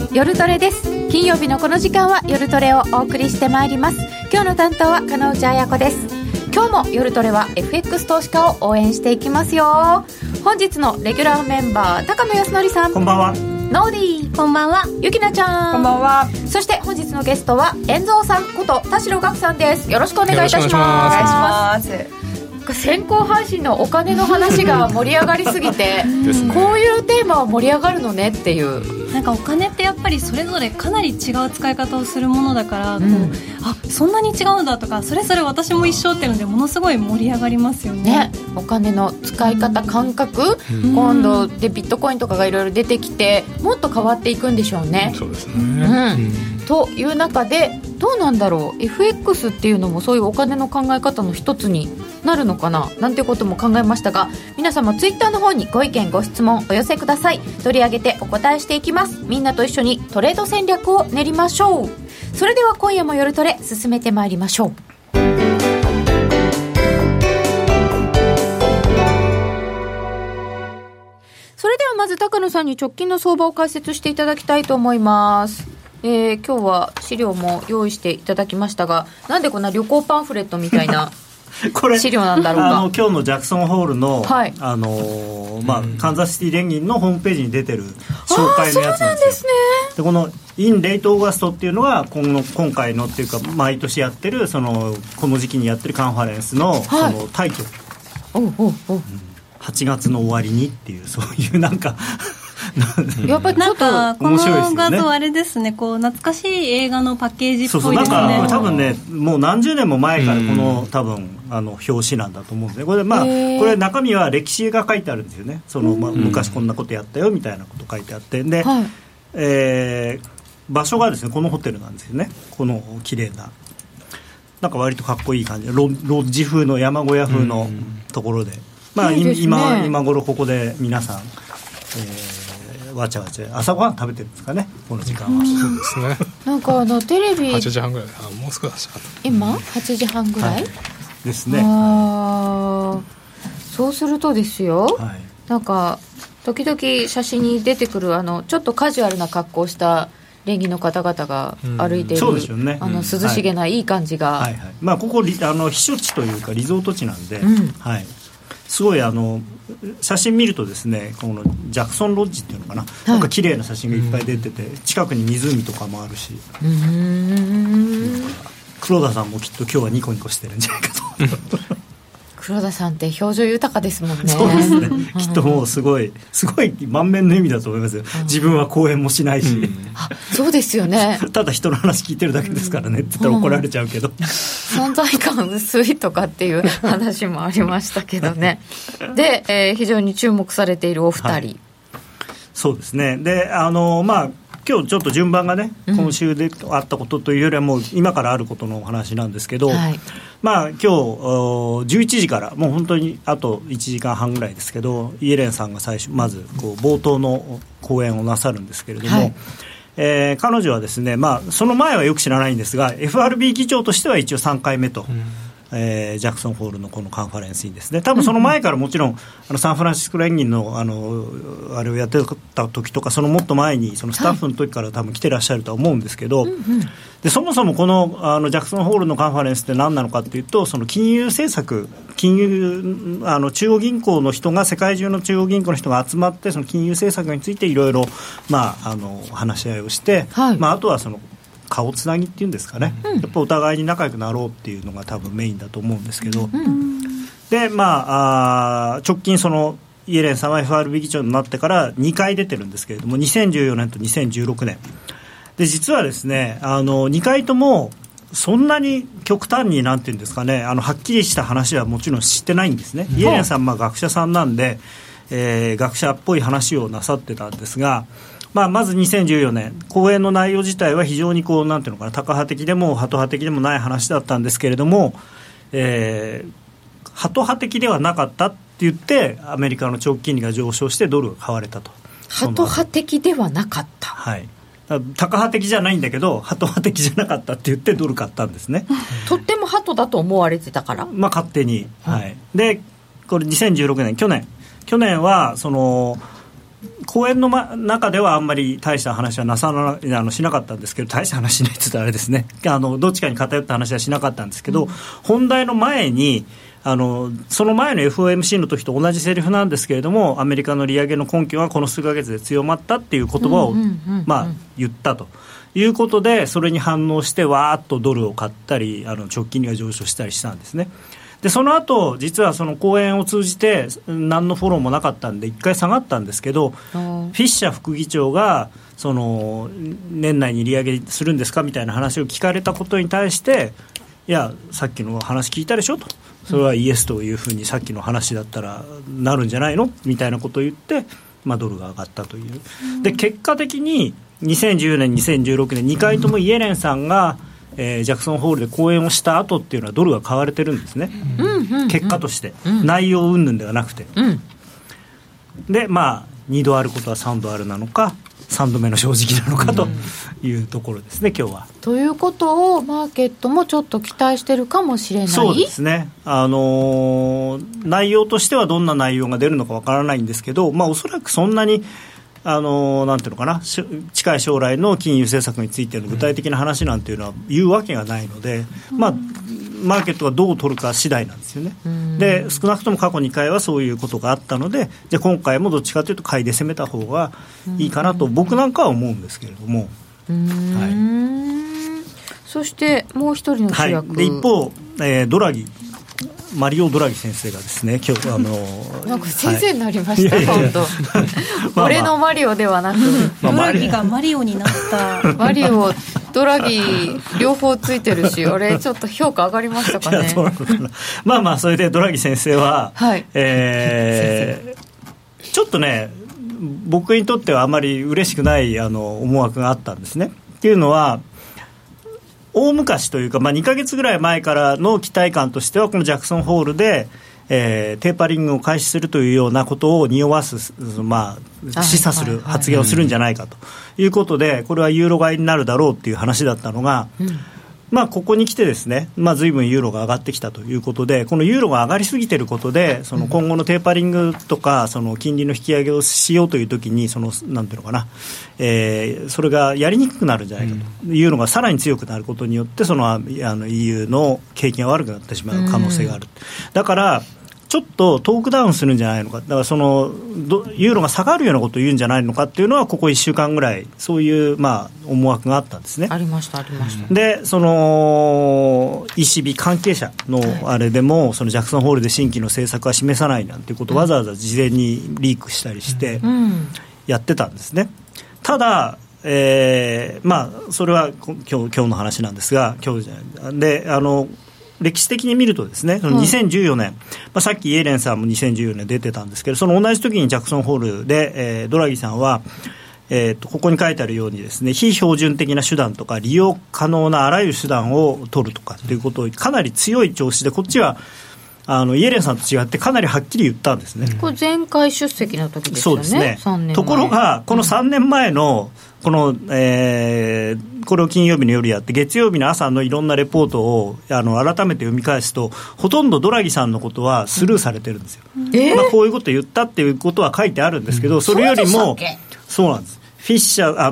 夜トレです。金曜日のこの時間は夜トレをお送りしてまいります。今日の担当は金内彩子です。今日も夜トレは FX 投資家を応援していきますよ。本日のレギュラーメンバー高野康則さん、 こんばんは。 ノーディー、こんばんは。ゆきなちゃん、 こんばんは。 そして本日のゲストは遠蔵さんこと田代岳さんです。よろしくお願いいたします。 お願いします。 先行配信のお金の話が盛り上がりすぎてこういうテーマは盛り上がるのねっていう。 なんかお金ってやっぱりそれぞれかなり違う使い方をするものだから、あ、そんなに違うんだとか、それぞれ私も一緒っていうのでものすごい盛り上がりますよ ね。 お金の使い方感覚、今度でビットコインとかがいろいろ出てきてもっと変わっていくんでしょうね。 そうですね、 という中でどうなんだろう、 FX っていうのもそういうお金の考え方の一つになるのかななんてことも考えましたが、皆様ツイッターの方にご意見ご質問お寄せください。取り上げてお答えしていきます。みんなと一緒にトレード戦略を練りましょう。それでは今夜も夜トレ進めてまいりましょう。それではまず高野さんに直近の相場を解説していただきたいと思います。今日は資料も用意していただきましたが、なんでこんな旅行パンフレットみたいなこれ資料なんだろうか。 今日のジャクソンホールの、 はいカンザスシティ連銀のホームページに出てる紹介のやつなんですよ。でこのインレイトオーガストっていうのが今回のっていうか毎年やってるこの時期にやってるカンファレンスの、そのタイトル、8月の終わりにっていう、そういうなんかやっぱりちょっとなんかこの画像あれですね、こう懐かしい映画のパッケージっぽいですね。 なんか多分ね、もう何十年も前からこの多分表紙なんだと思うんで、これこれ中身は歴史が書いてあるんですよね。昔こんなことやったよみたいなこと書いてあって、で、場所がですねこのホテルなんですよね。この綺麗ななんか割とかっこいい感じでロッジ風の山小屋風のところで、いいですね。今頃ここで皆さん、わちゃわちゃ朝ごはん食べてるんですかね、この時間は。 そうですね。 なんかテレビ 8時半ぐらい、もう少し今8時半ぐらい、 ですね。 そうするとですよ、なんか時々写真に出てくるちょっとカジュアルな格好をした連銀の方々が歩いている、 そうですよね、 涼しげないい感じが、 ここ避暑地というかリゾート地なんで、すごい写真見るとですね、このジャクソンロッジっていうのかな、なんか綺麗な写真がいっぱい出てて、近くに湖とかもあるし、黒田さんもきっと今日はニコニコしてるんじゃないかと黒田さんって表情豊かですもんね。 そうですね、きっともうすごい満面の意味だと思いますよ。自分は講演もしないし、 そうですよねただ人の話聞いてるだけですからねって言ったら怒られちゃうけど、 存在感薄いとかっていう話もありましたけどねで、非常に注目されているお二人、 そうですね。で今日ちょっと順番がね、今週であったことというよりはもう今からあることのお話なんですけど、今日11時からもう本当にあと1時間半ぐらいですけど、イエレンさんがまず冒頭の講演をなさるんですけれども、彼女はですね、その前はよく知らないんですが FRB 議長としては一応3回目と、ジャクソンホールのこのカンファレンスにですね、多分その前からもちろんサンフランシスコ連銀のあれをやってた時とか、そのもっと前にそのスタッフの時から多分来てらっしゃるとは思うんですけど、でそもそもこのジャクソンホールのカンファレンスって何なのかっていうと、その金融政策、中央銀行の人が、世界中の中央銀行の人が集まって、その金融政策についていろいろ話し合いをして、あとはその顔つなぎっていうんですかね、やっぱお互いに仲良くなろうっていうのが多分メインだと思うんですけど、で直近そのイエレンさんは FRB 議長になってから2回出てるんですけれども、2014年と2016年で、実はですね2回ともそんなに極端になんていうんですかね、はっきりした話はもちろん知ってないんですね。イエレンさん学者さんなんで、学者っぽい話をなさってたんですが、まず2014年講演の内容自体は非常になんていうのかな、タカ派的でもハト派的でもない話だったんですけれども、ハト派的ではなかったって言ってアメリカの長期金利が上昇してドルが買われたと。 ハト派的ではなかった、 タカ派的じゃないんだけどハト派的じゃなかったって言ってドル買ったんですねとってもハトだと思われてたから、 勝手に、でこれ2016年去年はその講演の、中ではあんまり大した話はしなかったんですけど、大した話しないって言ったらあれですね、どっちかに偏った話はしなかったんですけど、本題の前にその前の FOMC の時と同じセリフなんですけれども、アメリカの利上げの根拠がこの数ヶ月で強まったっていう言葉を言ったということで、それに反応してわーっとドルを買ったり直近が上昇したりしたんですね。でその後実はその講演を通じて何のフォローもなかったんで一回下がったんですけど、フィッシャー副議長がその年内に利上げするんですかみたいな話を聞かれたことに対して、いやさっきの話聞いたでしょと、それはイエスというふうにさっきの話だったらなるんじゃないのみたいなことを言って、ドルが上がったという。で結果的に2014年2016年2回ともイエレンさんがジャクソンホールで講演をした後っていうのはドルが買われてるんですね、結果として、内容云々ではなくて、で2度あることは3度あるなのか3度目の正直なのかというところですね、今日は。ということをマーケットもちょっと期待してるかもしれない。 そうですね、内容としてはどんな内容が出るのかわからないんですけど、おそらくそんなになんていうのかな、近い将来の金融政策についての具体的な話なんていうのは言うわけがないので、マーケットがどう取るか次第なんですよね。で少なくとも過去2回はそういうことがあったので、じゃあ今回もどっちかというと買いで攻めた方がいいかなと僕なんかは思うんですけれども、 そしてもう一人の主役、 で一方、マリオ・ドラギ先生がですね、今日なんか先生になりました、本当俺のマリオではなく、 ドラギがマリオになったマリオ、ドラギ両方ついてるし、俺ちょっと評価上がりましたかね。 そうなのかな。それでドラギ先生は、ちょっとね僕にとってはあまり嬉しくない思惑があったんですね。っていうのは大昔というか、2ヶ月ぐらい前からの期待感としては、このジャクソンホールで、テーパリングを開始するというようなことを匂わす、示唆する発言をするんじゃないかということで、これはユーロ買いになるだろうという話だったのが、ここに来てですね、随分ユーロが上がってきたということで、このユーロが上がりすぎていることで、その今後のテーパリングとかその金利の引き上げをしようというときに、なんていうのかな、それがやりにくくなるんじゃないかと、ユーロがさらに強くなることによって、EU の景気が悪くなってしまう可能性がある。だからちょっとトークダウンするんじゃないのか、だからユーロが下がるようなことを言うんじゃないのかっていうのは、ここ1週間ぐらいそういう思惑があったんですね。 ありました。 でECB 関係者のあれでも、そのジャクソンホールで新規の政策は示さないなんていうことをわざわざ事前にリークしたりしてやってたんですね。ただそれは今日の話なんですが、歴史的に見るとですね、2014年、さっきイエレンさんも2014年出てたんですけど、その同じ時にジャクソンホールで、ドラギさんは、ここに書いてあるようにですね、非標準的な手段とか利用可能なあらゆる手段を取るとかということをかなり強い調子で、こっちはイエレンさんと違ってかなりはっきり言ったんですね。 これ前回出席の時ですよね。 そうですね。 3年前。 ところがこの3年前のこれを金曜日の夜やって月曜日の朝のいろんなレポートを改めて読み返すと、ほとんどドラギさんのことはスルーされてるんですよ。こういうことを言ったっていうことは書いてあるんですけど、それよりもそうなんです。フィッシャ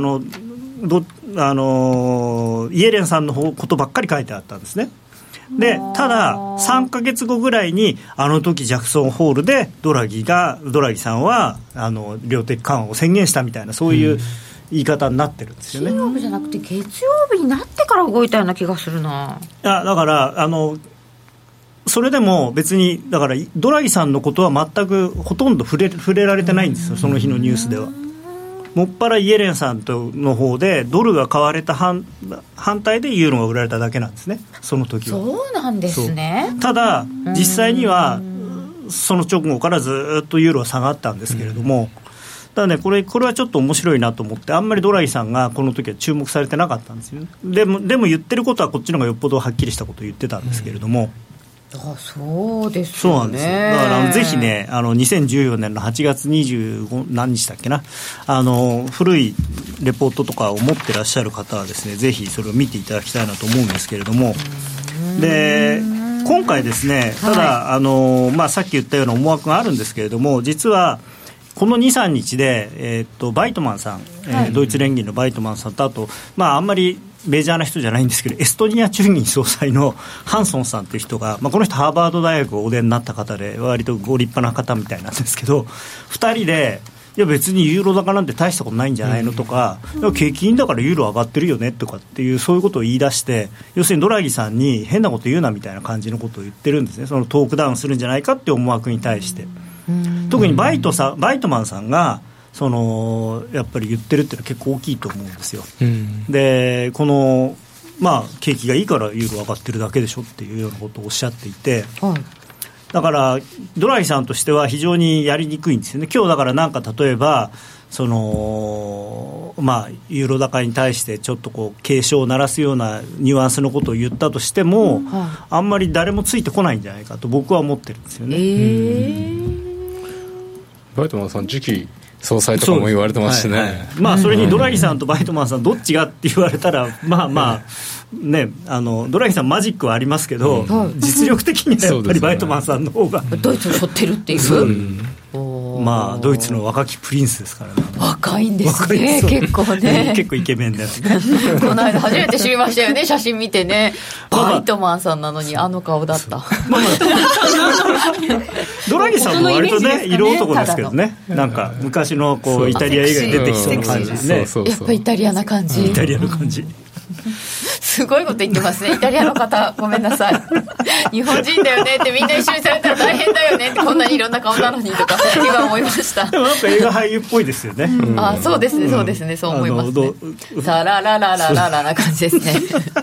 ーイエレンさんのことばっかり書いてあったんですね。でただ3ヶ月後ぐらいに時ジャクソンホールでドラギさんは量的緩和を宣言したみたいな、そういう言い方になってるんですよね。 金曜日じゃなくて月曜日になってから動いたような気がするな。 だからそれでも別にだからドラギさんのことは全くほとんど触れられてないんですよ、その日のニュースでは。もっぱらイエレンさんの方でドルが買われた反対でユーロが売られただけなんですね、その時は。 そうなんですね。 ただ実際にはその直後からずっとユーロは下がったんですけれども、ただね、これはちょっと面白いなと思って、あんまりドラギさんがこの時は注目されてなかったんですよね。でも言ってることはこっちの方がよっぽどはっきりしたことを言ってたんですけれども、 そうですよね。 そうなんですよ。だからぜひね、2014年の8月25何日だっけな、古いレポートとかを持ってらっしゃる方はですね、ぜひそれを見ていただきたいなと思うんですけれども、で今回ですね、ただ、さっき言ったような思惑があるんですけれども、実はこの 2,3 日で、バイトマンさん、ドイツ連銀のバイトマンさんとあと、あんまりメジャーな人じゃないんですけどエストニア中銀総裁のハンソンさんという人が、この人ハーバード大学をお出になった方で割とご立派な方みたいなんですけど2人でいや別にユーロ高なんて大したことないんじゃないのとか、景気いいんだからユーロ上がってるよねとかっていうそういうことを言い出して要するにドラギさんに変なこと言うなみたいな感じのことを言ってるんですね。そのトークダウンするんじゃないかっていう思惑に対して特にバイトマンさんがやっぱり言ってるっていうのは結構大きいと思うんですよ。でこの景気がいいからユーロ上がってるだけでしょっていうようなことをおっしゃっていて、だからドラギさんとしては非常にやりにくいんですよね。今日だからなんか例えばユーロ高に対してちょっとこう警鐘を鳴らすようなニュアンスのことを言ったとしても、あんまり誰もついてこないんじゃないかと僕は思ってるんですよね。 バイトマンさん次期総裁とかも言われてましてね、 それにドラギさんとバイトマンさんどっちがって言われたらね、ドラギさんマジックはありますけど、実力的にはやっぱりバイトマンさんの方がドイツを背負ってるっていう、 ドイツの若きプリンスですからね。 若いんですね結構ね結構イケメンだよねこの間初めて知りましたよね写真見てね。バイトマンさんなのにあの顔だったドラギさんも割とね色男ですけどね、なんか昔のこうイタリア映画に出てきそうな感じですね。 やっぱイタリアな感じ、 イタリアの感じすごいこと言ってますね。イタリアの方ごめんなさい日本人だよねってみんな一緒にされたら大変だよねってこんなにいろんな顔なのにとか今思いましたでもなんか映画俳優っぽいですよねそうですねそうですね、そう思いますね。サララララララな感じですね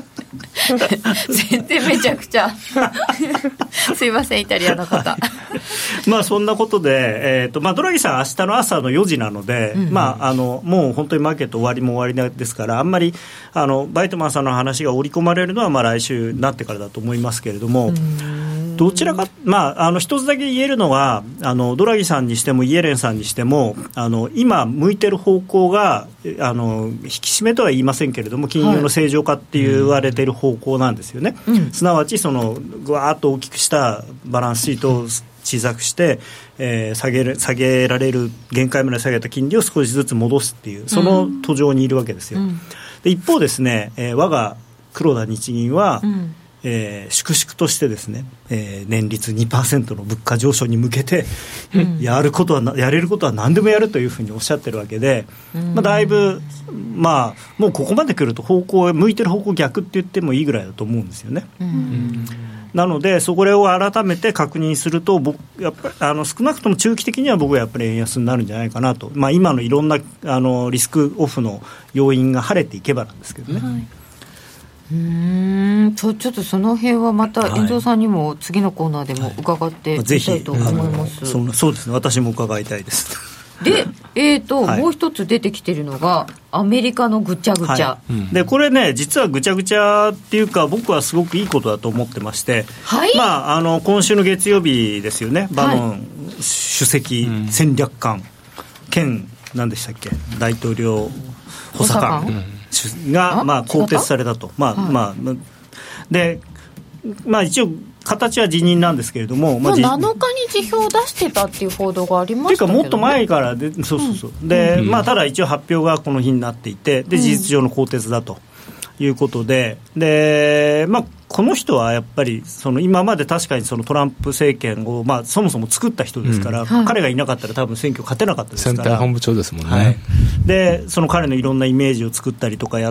全然めちゃくちゃすいませんイタリアの方そんなことで、ドラギさん明日の朝の4時なので、もう本当にマーケット終わりも終わりですからあんまりバイトマンさんの話が織り込まれるのは来週になってからだと思いますけれども、どちらか、一つだけ言えるのはドラギさんにしてもイエレンさんにしても今向いてる方向が引き締めとは言いませんけれども金融の正常化って言われている方向なんですよね、すなわちぐわーっと大きくしたバランスシートを小さくして、下げられる限界まで下げた金利を少しずつ戻すっていうその途上にいるわけですよ、で一方ですね、我が黒田日銀は、粛々としてですね、年率 2% の物価上昇に向けて、やれることは何でもやるというふうにおっしゃってるわけで、だいぶ、もうここまで来ると向いてる方向逆って言ってもいいぐらいだと思うんですよね、なのでそれを改めて確認するとやっぱり少なくとも中期的には僕はやっぱり円安になるんじゃないかなと、今のいろんなリスクオフの要因が晴れていけばなんですけどね、 ちょっとその辺はまた遠藤さんにも次のコーナーでも伺っていきたいと思います、 そうですね、私も伺いたいですで、もう一つ出てきてるのがアメリカのぐちゃぐちゃ、 でこれね実はぐちゃぐちゃっていうか僕はすごくいいことだと思ってまして、今週の月曜日ですよね、バノン主席戦略官兼何でしたっけ大統領補佐官が更迭されたと、で一応形は辞任なんですけれども、7 日に辞表を出してたっていう報道がありましたけど、ね、 というかもっと前からでで、ただ一応発表がこの日になっていてで事実上の更迭だということで、この人はやっぱり今まで確かにトランプ政権を、そもそも作った人ですから、彼がいなかったら多分選挙勝てなかったですから、 選対本部長ですもんね、 で彼のいろんなイメージを作ったりとかやって、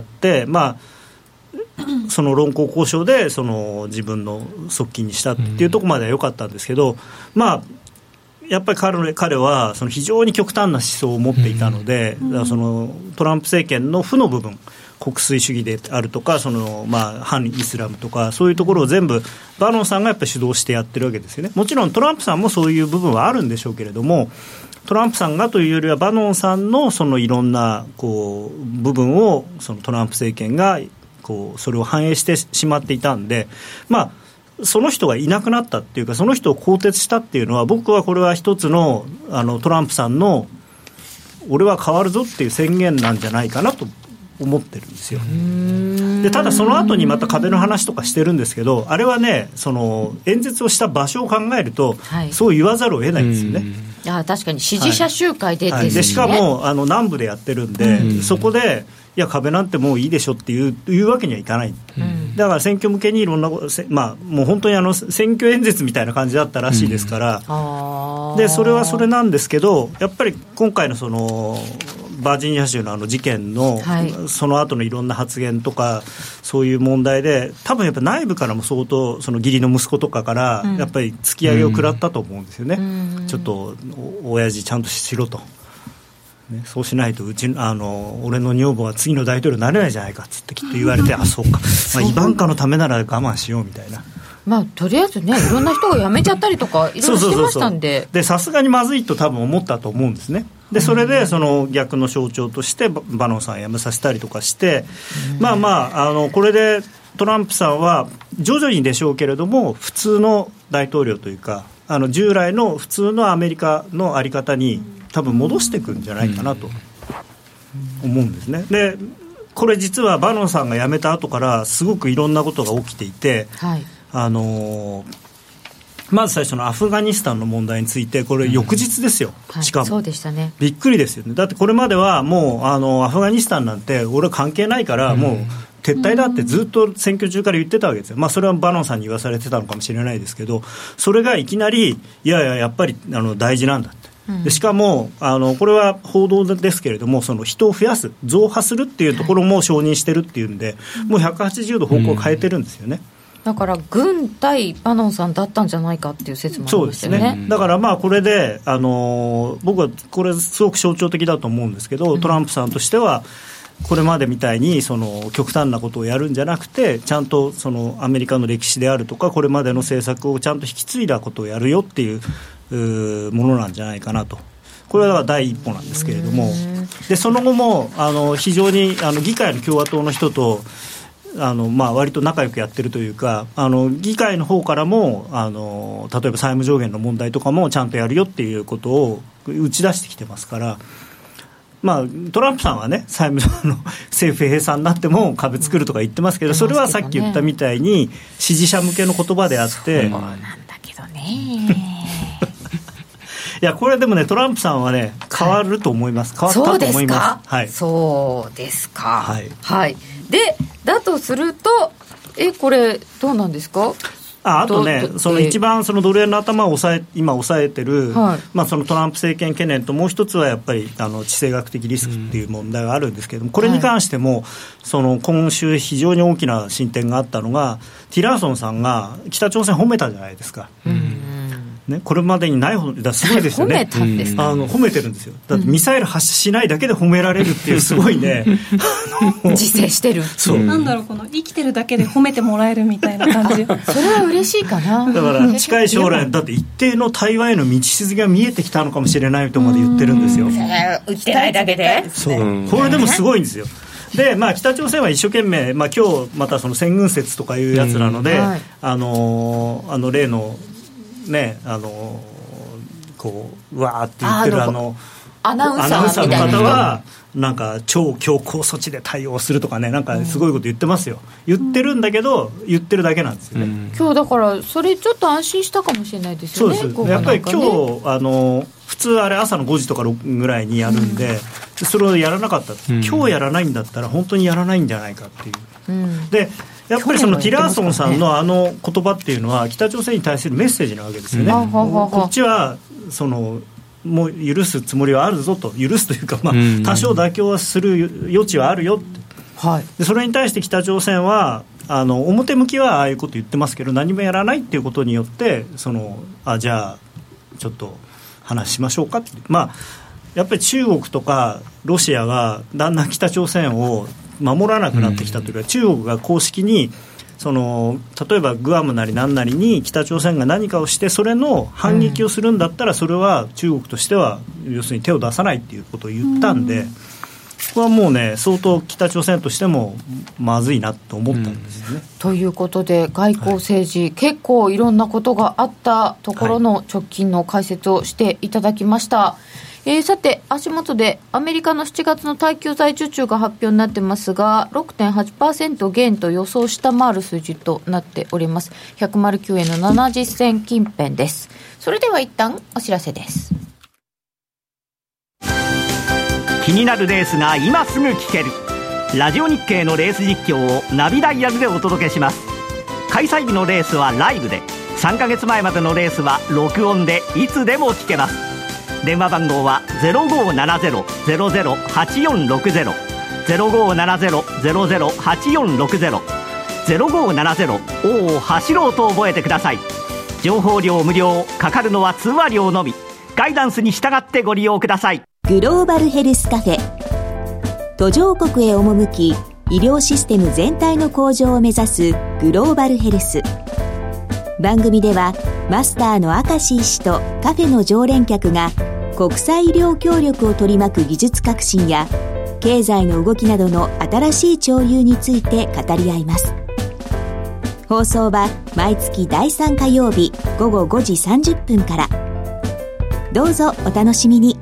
その論功行賞で自分の側近にしたっていうところまでは良かったんですけど、やっぱり彼は非常に極端な思想を持っていたので、トランプ政権の負の部分国粋主義であるとか反イスラムとかそういうところを全部バノンさんがやっぱり主導してやってるわけですよね。もちろんトランプさんもそういう部分はあるんでしょうけれども、トランプさんがというよりはバノンさんのいろんな部分をトランプ政権がそれを反映してしまっていたんで、その人がいなくなったっていうかその人を更迭したっていうのは僕はこれは一つのトランプさんの俺は変わるぞっていう宣言なんじゃないかなと思ってるんですよ。 でただその後にまた壁の話とかしてるんですけど、あれはねその演説をした場所を考えると、はい、そう言わざるを得ないんですよね。 確かに支持者集会でですね、 はいはい、でしかも南部でやってるんで、そこでいや壁なんてもういいでしょっていうわけにはいかない、だから選挙向けにいろんな、もう本当に選挙演説みたいな感じだったらしいですから、でそれはそれなんですけど、やっぱり今回のそのバージニア州の事件の、はい、その後のいろんな発言とかそういう問題で多分やっぱ内部からも相当その義理の息子とかからやっぱり突き上げを食らったと思うんですよね、ちょっと親父ちゃんとしろと、ね、そうしないと俺の女房は次の大統領になれないじゃないかっつってきっと言われてあそうか、イバンカのためなら我慢しようみたいな、 とりあえずねいろんな人が辞めちゃったりとかいろいろしてましたんで、 さすがにまずいと多分思ったと思うんですね。でそれでその逆の象徴としてバノンさん辞めさせたりとかして、これでトランプさんは徐々にでしょうけれども普通の大統領というか従来の普通のアメリカの在り方に多分戻していくんじゃないかなと思うんですね。でこれ実はバノンさんが辞めた後からすごくいろんなことが起きていて、はい、まず最初のアフガニスタンの問題についてこれ翌日ですよ、しかも、 そうでしたね、 びっくりですよね。だってこれまではもうアフガニスタンなんて俺は関係ないからもう撤退だってずっと選挙中から言ってたわけですよ。それはバノンさんに言わされてたのかもしれないですけど、それがいきなりいやいややっぱり大事なんだって、でしかもこれは報道ですけれどもその人を増やす増派するっていうところも承認してるっていうんで、もう180度方向を変えてるんですよね、 だから軍対バノンさんだったんじゃないかっていう説もありましたよね。 そうですね。だからこれで僕はこれすごく象徴的だと思うんですけど、トランプさんとしてはこれまでみたいにその極端なことをやるんじゃなくてちゃんとそのアメリカの歴史であるとかこれまでの政策をちゃんと引き継いだことをやるよっていうものなんじゃないかなと。これは第一歩なんですけれども、でその後も非常に議会の共和党の人と割と仲良くやってるというか議会の方からも例えば債務上限の問題とかもちゃんとやるよっていうことを打ち出してきてますから、トランプさんはね債務の政府閉鎖になっても壁作るとか言ってますけど、それはさっき言ったみたいに支持者向けの言葉であって、 そうなんだけどねいやこれでもねトランプさんはね変わると思います、変わったと思います。 そうですか、はい、でだとするとこれどうなんですか。 あとねその一番そのドル円の頭を今抑えてる、そのトランプ政権懸念ともう一つはやっぱり地政学的リスクっていう問題があるんですけども、これに関してもその今週非常に大きな進展があったのがティラーソンさんが北朝鮮褒めたじゃないですか、ね、これまでにないほどすごいですよね。 褒めたんですか。 褒めてるんですよ。だってミサイル発射しないだけで褒められるっていうすごいね自制してる。 そうなんだろうこの生きてるだけで褒めてもらえるみたいな感じそれは嬉しいかな。 だから近い将来だって一定の対話への道筋が見えてきたのかもしれないとまで言ってるんですよ。 打ってないだけで。 そうこれでもすごいんですよ。で北朝鮮は一生懸命、今日またその先軍説とかいうやつなので、例のねこううわーって言ってるアナウンサーの方はなんか超強硬措置で対応するとかね、なんかすごいこと言ってますよ。言ってるんだけど言ってるだけなんですよね、 今日だからそれちょっと安心したかもしれないですよね。 そうです。やっぱり今日普通あれ朝の5時とか6ぐらいにやるんで、それをやらなかった、今日やらないんだったら本当にやらないんじゃないかっていう、でやっぱりそのティラーソンさんの言葉っていうのは北朝鮮に対するメッセージなわけですよね、こっちはそのもう許すつもりはあるぞと、許すというか、多少妥協はする余地はあるよって、でそれに対して北朝鮮は表向きはああいうこと言ってますけど何もやらないっていうことによってじゃあちょっと話しましょうかって、やっぱり中国とかロシアがだんだん北朝鮮を守らなくなってきたというか、中国が公式に例えばグアムなり何なりに北朝鮮が何かをしてそれの反撃をするんだったらそれは中国としては要するに手を出さないっていうことを言ったんで、ここはもうね相当北朝鮮としてもまずいなと思ったんですよね、 ということで外交政治、結構いろんなことがあったところの直近の解説をしていただきました。 さて足元でアメリカの7月の耐久財受注が発表になってますが 6.8% 減と予想下回る数字となっております。109円の70銭近辺です。それでは一旦お知らせです。 気になるレースが今すぐ聞けるラジオ日経のレース実況をナビダイヤルでお届けします。開催日のレースはライブで、3ヶ月前までのレースは録音でいつでも聞けます。電話番号は 0570-008460 0570-008460 0570 を走ろうと覚えてください。情報料無料、かかるのは通話料のみ。ガイダンスに従ってご利用ください。 グローバルヘルスカフェ、途上国へ赴き医療システム全体の向上を目指すグローバルヘルス。番組ではマスターの明石医師とカフェの常連客が国際医療協力を取り巻く技術革新や経済の動きなどの新しい潮流について語り合います。放送は毎月第3火曜日午後5時30分から。どうぞお楽しみに。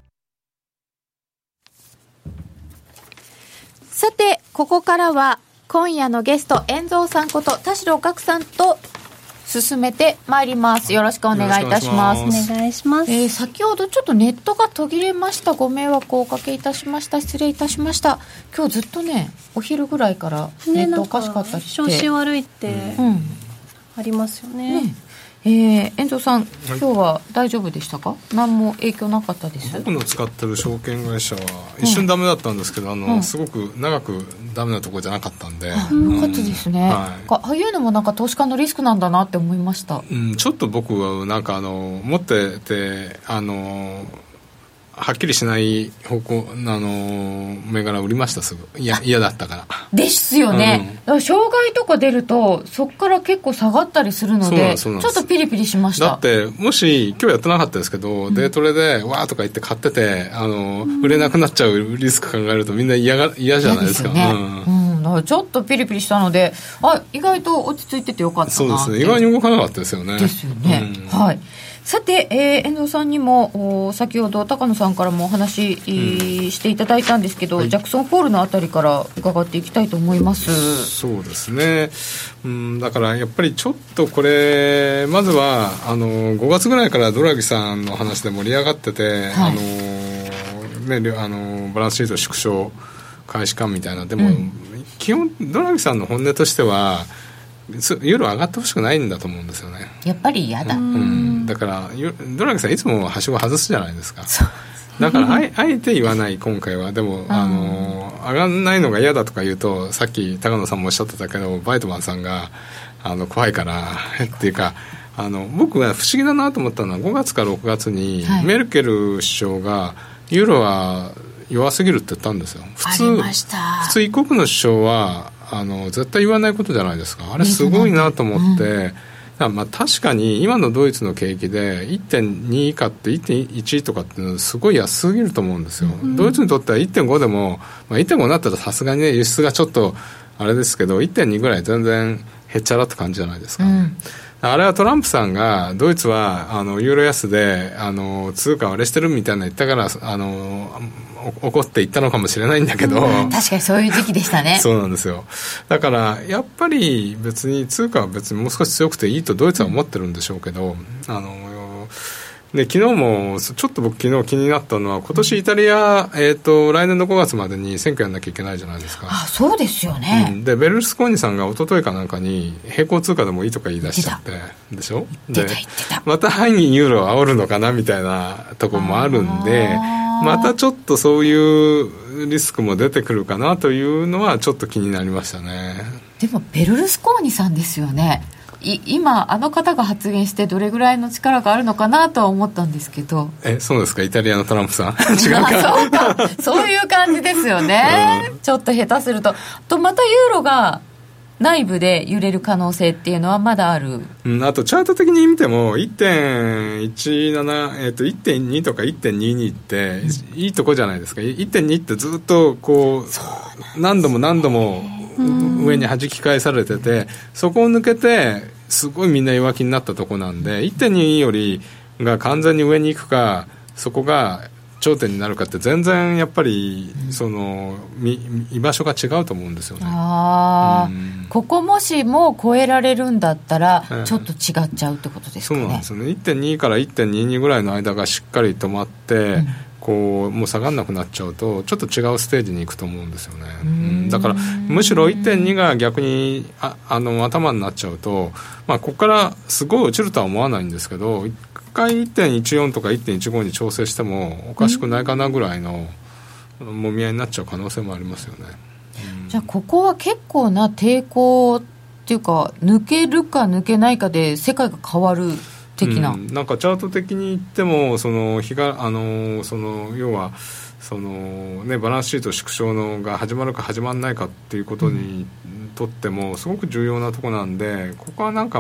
さてここからは今夜のゲスト遠蔵さんこと田代岳さんと進めてまいります。よろしくお願いいたします。 お願いします。 先ほどちょっとネットが途切れました。ご迷惑をおかけいたしました。失礼いたしました。今日ずっとねお昼ぐらいからネットおかしかったりして、 調子悪いってありますよね。 遠藤さん、今日は大丈夫でしたか？何も影響なかったです？ 僕の使ってる証券会社は一瞬ダメだったんですけど、すごく長くダメなところじゃなかったんで、よかったですね。ああいうのもなんか投資家のリスクなんだなって思いました。 ちょっと僕はなんか持っててはっきりしない方向銘柄売りました。すぐ嫌だったからですよね、だから障害とか出るとそこから結構下がったりするのでちょっとピリピリしました。 だってもし今日やってなかったですけど、デートレでわーとか言って買ってて売れなくなっちゃうリスク考えるとみんな嫌じゃないですか。だからちょっとピリピリしたので意外と落ち着いててよかったな。 そうですね、意外に動かなかったですよね。 ですよね、はい。さて、遠藤さんにも先ほど高野さんからもお話していただいたんですけど、ジャクソンホールのあたりから伺っていきたいと思います。 そうですね、だからやっぱりちょっとこれまずは5月ぐらいからドラギさんの話で盛り上がってて、バランスシート縮小開始感みたいな。でも、基本ドラギさんの本音としてはユーロ上がってほしくないんだと思うんですよね。 やっぱり嫌だ。 だからドラギさんいつもはしご外すじゃないですか。だからあえて言わない今回は。でも上がんないのが嫌だとか言うと、さっき高野さんもおっしゃってたけどバイトマンさんが怖いからっていうか、僕が不思議だなと思ったのは5月か6月にメルケル首相がユーロは弱すぎるって言ったんですよ。普通一国の首相は絶対言わないことじゃないですか。あれすごいなと思って、確かに今のドイツの景気で 1.2 以下って 1.1 とかっていうのすごい安すぎると思うんですよ。ドイツにとっては 1.5 でも、1.5 になったらさすがに、ね、輸出がちょっとあれですけど 1.2 ぐらい全然へっちゃらって感じじゃないですか、あれはトランプさんがドイツはユーロ安で通貨割れしてるみたいな言ったから怒って言ったのかもしれないんだけど、 確かにそういう時期でしたね。 そうなんですよ。だからやっぱり別に通貨は別にもう少し強くていいとドイツは思ってるんでしょうけど、で昨日もちょっと僕昨日気になったのは、今年イタリア、来年の5月までに選挙やんなきゃいけないじゃないですか。 そうですよね、 でベルルスコーニさんが一昨日かなんかに並行通貨でもいいとか言い出しちゃってでしょ。でまた反ユーロを煽るのかなみたいなところもあるんで、またちょっとそういうリスクも出てくるかなというのはちょっと気になりましたね。 でもベルルスコーニさんですよね。今方が発言してどれぐらいの力があるのかなとは思ったんですけど。 そうですか。イタリアのトランプさん違うかそういう感じですよね、ちょっと下手するとまたユーロが内部で揺れる可能性っていうのはまだある、 あとチャート的に見ても 1.2 とか 1.22 っていいとこじゃないですか。 1.2 ってずっとこう何度も上に弾き返されてて、そこを抜けてすごいみんな弱気になったとこなんで、 1.2 よりが完全に上に行くか、そこが頂点になるかって全然やっぱりその居場所が違うと思うんですよね。 ここもしも超えられるんだったらちょっと違っちゃうってことですかね。 そうなんですよね。 1.2 から 1.22 ぐらいの間がしっかり止まって、こうもう下がらなくなっちゃうとちょっと違うステージに行くと思うんですよね。だからむしろ 1.2 が逆に頭になっちゃうと、ここからすごい落ちるとは思わないんですけど、1回 1.14 とか 1.15 に調整してもおかしくないかなぐらいのもみ合いになっちゃう可能性もありますよね。 じゃあここは結構な抵抗っていうか、抜けるか抜けないかで世界が変わる的な、 なんかチャート的に言ってもその要はその、バランスシート縮小のが始まるか始まらないかっていうことにとってもすごく重要なところなんで、ここはなんか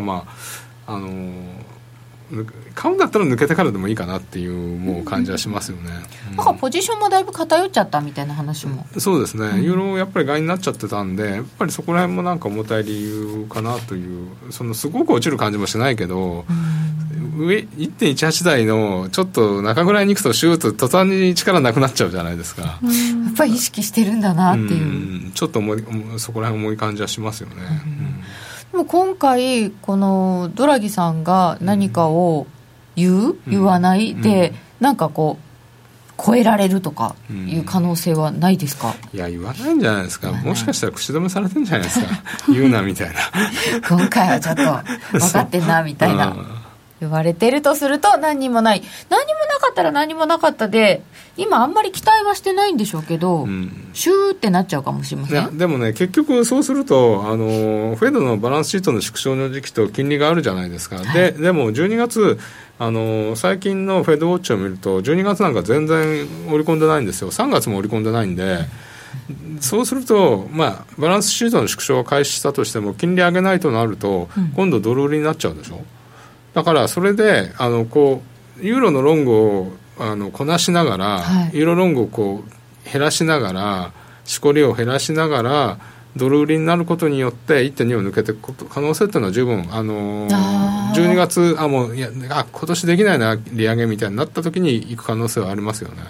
買うんだったら抜けてからでもいいかなっていうもう感じはしますよね。 なんかポジションもだいぶ偏っちゃったみたいな話も、 そうですね、ユーロやっぱり買いになっちゃってたんで、やっぱりそこら辺もなんか重たい理由かなという、そのすごく落ちる感じもしないけど、上 1.18 台のちょっと中ぐらいに行くとシュート途端に力なくなっちゃうじゃないですか。 やっぱり意識してるんだなっていう、 ちょっとそこら辺重い感じはしますよね。 でも今回このドラギさんが何かを言わないで、なんかこう超えられるとかいう可能性はないですか？ いや、言わないんじゃないですか。もしかしたら口止めされてるんじゃないですか。言うなみたいな今回はちょっと分かってんなみたいな言われてるとすると、何にもない、何にもなかったら何もなかったで、今あんまり期待はしてないんでしょうけど、シューってなっちゃうかもしれません。 いやでもね、結局そうするとフェドのバランスシートの縮小の時期と金利があるじゃないですか、でも12月最近のフェドウォッチを見ると12月なんか全然織り込んでないんですよ。3月も織り込んでないんで、そうすると、バランスシートの縮小を開始したとしても金利上げないとなると、今度ドル売りになっちゃうでしょ。だからそれでユーロのロングをこなしながら、ユーロロングをこう減らしながら、しこりを減らしながらドル売りになることによって 1.2 を抜けていく可能性っていうのは十分12月今年できないな利上げみたいになった時に行く可能性はありますよね。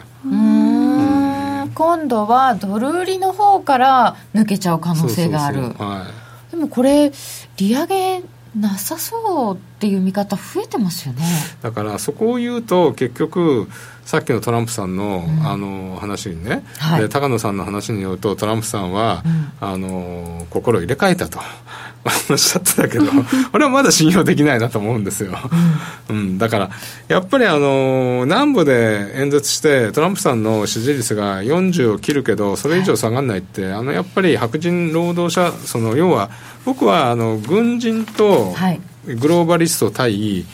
今度はドル売りの方から抜けちゃう可能性がある。でもこれ利上げなさそうっていう見方増えてますよね。 だからそこを言うと結局さっきのトランプさんの、話にね、で高野さんの話によるとトランプさんは、心を入れ替えたとおっしゃってたけど俺はまだ信用できないなと思うんですよ、だからやっぱり南部で演説してトランプさんの支持率が40を切るけどそれ以上下がらないって、やっぱり白人労働者要は僕は軍人とグローバリスト対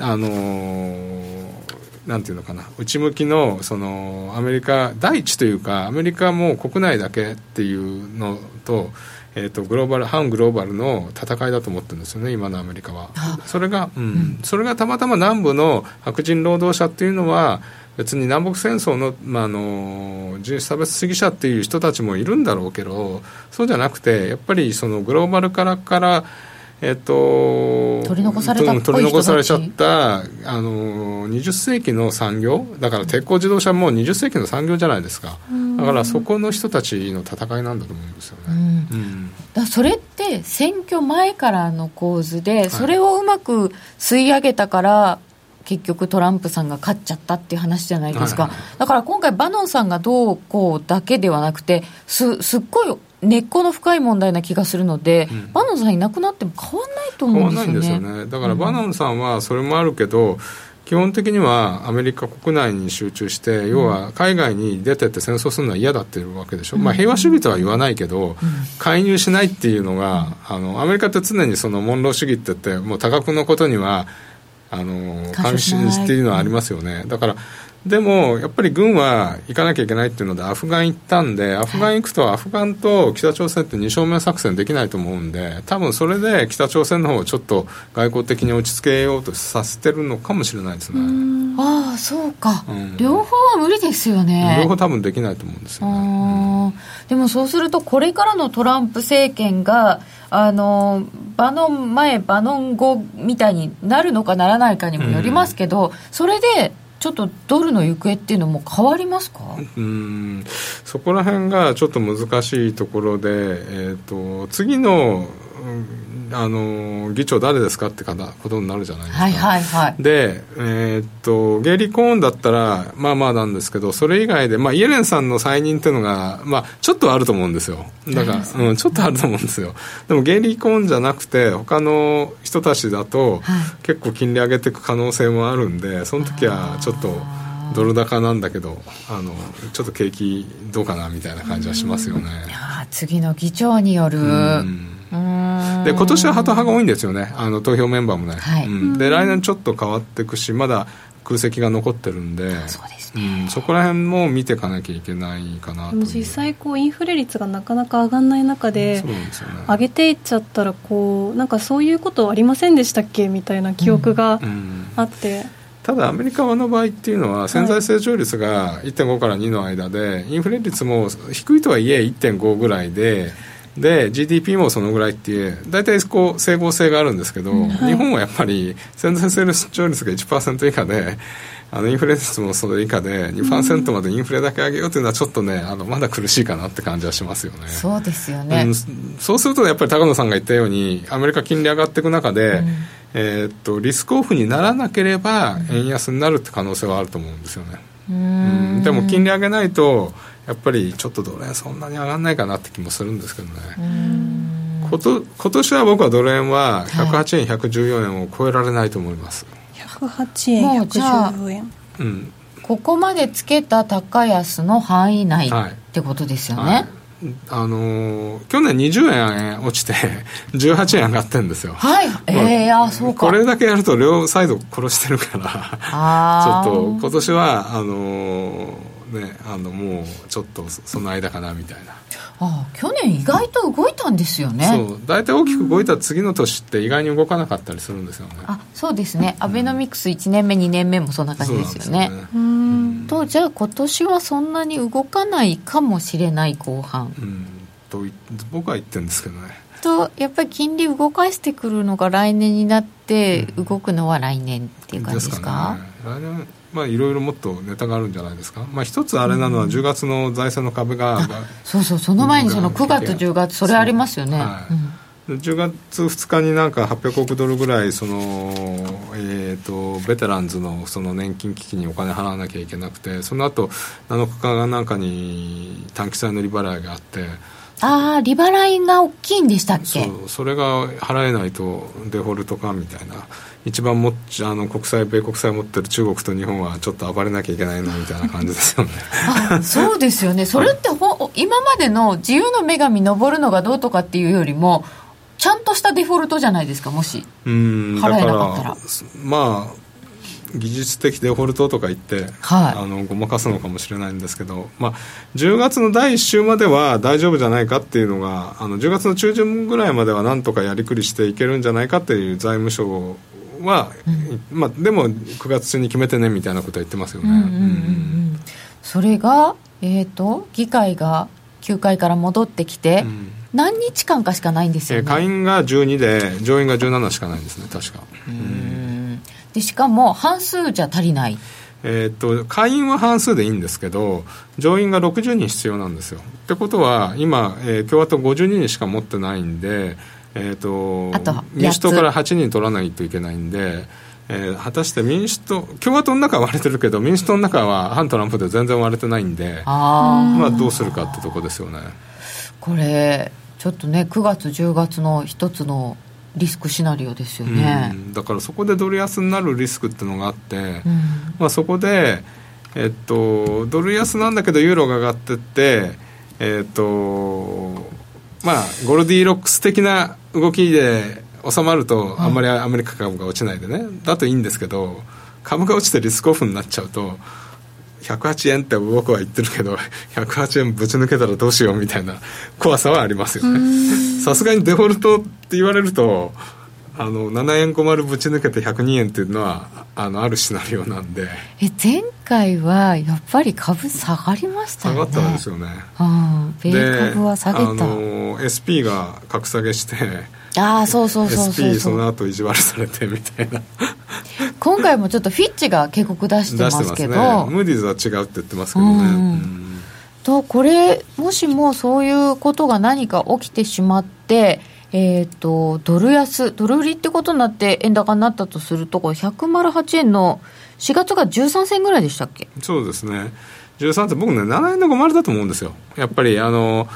なんていうのかな、内向きのアメリカ第一というかアメリカも国内だけっていうのと、グローバル反グローバルの戦いだと思ってるんですよね今のアメリカは。それがたまたま南部の白人労働者っていうのは別に南北戦争の、人種差別主義者っていう人たちもいるんだろうけど、そうじゃなくてやっぱりグローバルから取り残されちゃった20世紀の産業だから、鉄鋼自動車も20世紀の産業じゃないですか。だからそこの人たちの戦いなんだと思うんですよね。 だそれって選挙前からの構図で、それをうまく吸い上げたから結局トランプさんが勝っちゃったっていう話じゃないですか、だから今回バノンさんがどうこうだけではなくてすっごい根っこの深い問題な気がするので、バノンさんいなくなっても変わんないと思うんですよね。 変わんないんですよね。だからバノンさんはそれもあるけど、基本的にはアメリカ国内に集中して、要は海外に出てって戦争するのは嫌だっていうわけでしょ、平和主義とは言わないけど、介入しないっていうのがアメリカって常にモンロー主義って言って、もう多額のことには監視っていうのはありますよね。だからでもやっぱり軍は行かなきゃいけないっていうのでアフガン行ったんで、アフガン行くとアフガンと北朝鮮って二正面作戦できないと思うんで、多分それで北朝鮮の方をちょっと外交的に落ち着けようとさせてるのかもしれないですね。 ああそうか、両方は無理ですよね。 両方多分できないと思うんですよね。 でもそうするとこれからのトランプ政権がバノン前バノン後みたいになるのかならないかにもよりますけど、それでちちょっとドルの行方っていうのも変わりますか？ そこら辺がちょっと難しいところで、次の議長誰ですかってことになるじゃないですか。 はいはいはい。 で、ゲイリー・コーンだったらまあまあなんですけど、それ以外で、イエレンさんの再任っていうのが、ちょっとあると思うんですよ。だから、ちょっとあると思うんですよ。でもゲイリー・コーンじゃなくて他の人たちだと、結構金利上げていく可能性もあるんで、その時はちょっとドル高なんだけど、ちょっと景気どうかなみたいな感じはしますよね。 いや、次の議長によるで今年はハト派が多いんですよね、投票メンバーもね、 はい、 で来年ちょっと変わっていくし、まだ空席が残ってるんで、 そうですね、 そこら辺も見ていかなきゃいけないかなと。 実際インフレ率がなかなか上がらない中で、 そうですよね、 上げていっちゃったらなんかそういうことありませんでしたっけみたいな記憶があって、 ただアメリカの場合っていうのは潜在成長率が 1.5 から2の間で、インフレ率も低いとはいえ 1.5 ぐらいで GDP もそのぐらいっていう大体整合性があるんですけど、日本はやっぱり潜在成長率が 1% 以下でインフレ率もそれ以下で 2% までインフレだけ上げようというのはちょっとね、まだ苦しいかなって感じはしますよね。 そうですよね、 そうするとやっぱり高野さんが言ったようにアメリカ金利上がっていく中で、リスクオフにならなければ円安になるって可能性はあると思うんですよね。でも金利上げないとやっぱりちょっとドル円そんなに上がらないかなって気もするんですけどね。今年は僕はドル円は108円、114円を超えられないと思います。 108円、114円、 ここまでつけた高安の範囲内ってことですよね、はい、 去年20円落ちて18円上がってるんですよ。 はい、そうか。 これだけやると両サイド殺してるからちょっと今年はもうちょっとその間かなみたいな。 去年意外と動いたんですよね。 そう大体大きく動いた次の年って意外に動かなかったりするんですよね。 そうですね、アベノミクス1年目2年目もそんな感じですよね。じゃあ今年はそんなに動かないかもしれない後半、 と僕は言ってるんですけどね。 やっぱり金利動かしてくるのが来年になって動くのは来年っていう感じですか？ 来年いろいろもっとネタがあるんじゃないですか。一つあれなのは10月の財政の壁が、 そうその前にその9月10月それありますよね。 10月2日になんか800億ドルぐらいベテランズのその年金基金にお金払わなきゃいけなくて、その後7日間なんかに短期債の利払いがあって、 利払いが大きいんでしたっけ？ それが払えないとデフォルトかみたいな、一番米国債持ってる中国と日本はちょっと暴れなきゃいけないなみたいな感じですよね。 そうですよね。それって今までの自由の女神登るのがどうとかっていうよりもちゃんとしたデフォルトじゃないですか、もし払えなかったら。 技術的デフォルトとか言って、ごまかすのかもしれないんですけど、10月の第1週までは大丈夫じゃないかっていうのが10月の中旬ぐらいまではなんとかやりくりしていけるんじゃないかっていう財務省は、でも9月中に決めてねみたいなことは言ってますよね。 それが、議会が休会から戻ってきて、何日間かしかないんですよね。 下院が12で上院が17しかないんですね、確か。 でしかも半数じゃ足りない。 下院は半数でいいんですけど上院が60人必要なんですよ。ってことは今、共和党52人しか持ってないんで、民主党から8人取らないといけないんで、果たして共和党の中は割れてるけど民主党の中は反トランプで全然割れてないんで、どうするかってとこですよね。 これちょっとね、9月10月の一つのリスクシナリオですよね。 だからそこでドル安になるリスクっていうのがあって、そこで、ドル安なんだけどユーロが上がってって、ゴルディロックス的な動きで収まるとあんまりアメリカ株が落ちないでね、だといいんですけど、株が落ちてリスクオフになっちゃうと108円って僕は言ってるけど108円ぶち抜けたらどうしようみたいな怖さはありますよね。さすがにデフォルトって言われると7円50ぶち抜けて102円っていうのはあるシナリオなんで。 前回はやっぱり株下がりましたよね。 下がったんですよね。 米株は下げた。 SP が格下げしてそう SP その後意地悪されてみたいなこ今回もちょっとフィッチが警告出してますけど、 ね、ムーディーズは違うって言ってますけどね、 とこれもしもそういうことが何か起きてしまって、ドル安ドル売りってことになって円高になったとすると、これ108円の4月が13銭ぐらいでしたっけ。 そうですね、13って僕ね7円の50だと思うんですよ。やっぱり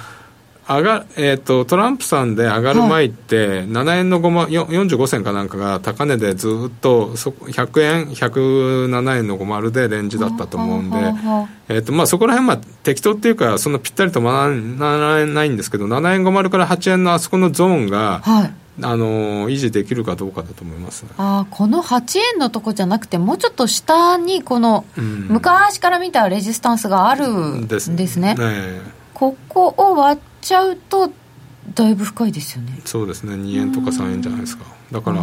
トランプさんで上がる前って、7円の45銭かなんかが高値でずっと100円107円の50でレンジだったと思うんで、そこら辺適当っていうかそんなぴったりとならないんですけど、7円50から8円のあそこのゾーンが、維持できるかどうかだと思います、ね。 この8円のとこじゃなくてもうちょっと下にこの、昔から見たレジスタンスがあるんですね。ここを割っちゃうとだいぶ深いですよね。 そうですね、2円とか3円じゃないですか。だから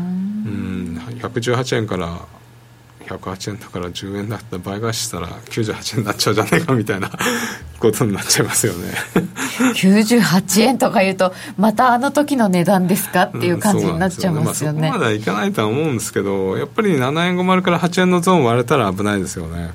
118円から108円だから10円だったら倍返ししたら98円になっちゃうじゃないかみたいなことになっちゃいますよね 98円とか言うとまたあの時の値段ですかっていう感じになっちゃいますよね。 そこまではいかないとは思うんですけど、やっぱり7円50から8円のゾーン割れたら危ないですよね。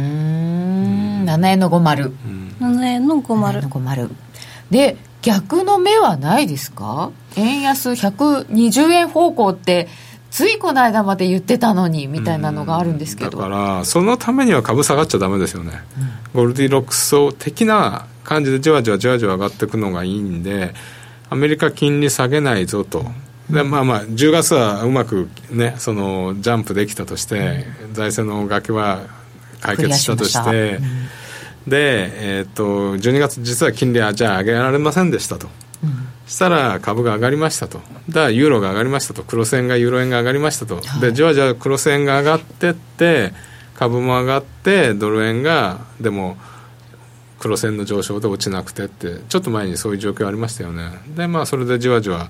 7円の50、 7円の50 で逆の目はないですか。円安120円方向ってついこの間まで言ってたのにみたいなのがあるんですけど、 だからそのためには株下がっちゃダメですよね、ゴルディロックス的な感じでじわじわ上がっていくのがいいんで、アメリカ金利下げないぞと。で10月はうまくねそのジャンプできたとして、財政の崖は解決したとして、で、12月実は金利はじゃあ上げられませんでしたと、したら株が上がりましたと。だからユーロが上がりましたと、クロス円がユーロ円が上がりましたと、でじわじわクロス円が上がってって株も上がってドル円がでもクロス円の上昇で落ちなくてってちょっと前にそういう状況ありましたよね。でそれでじわじわ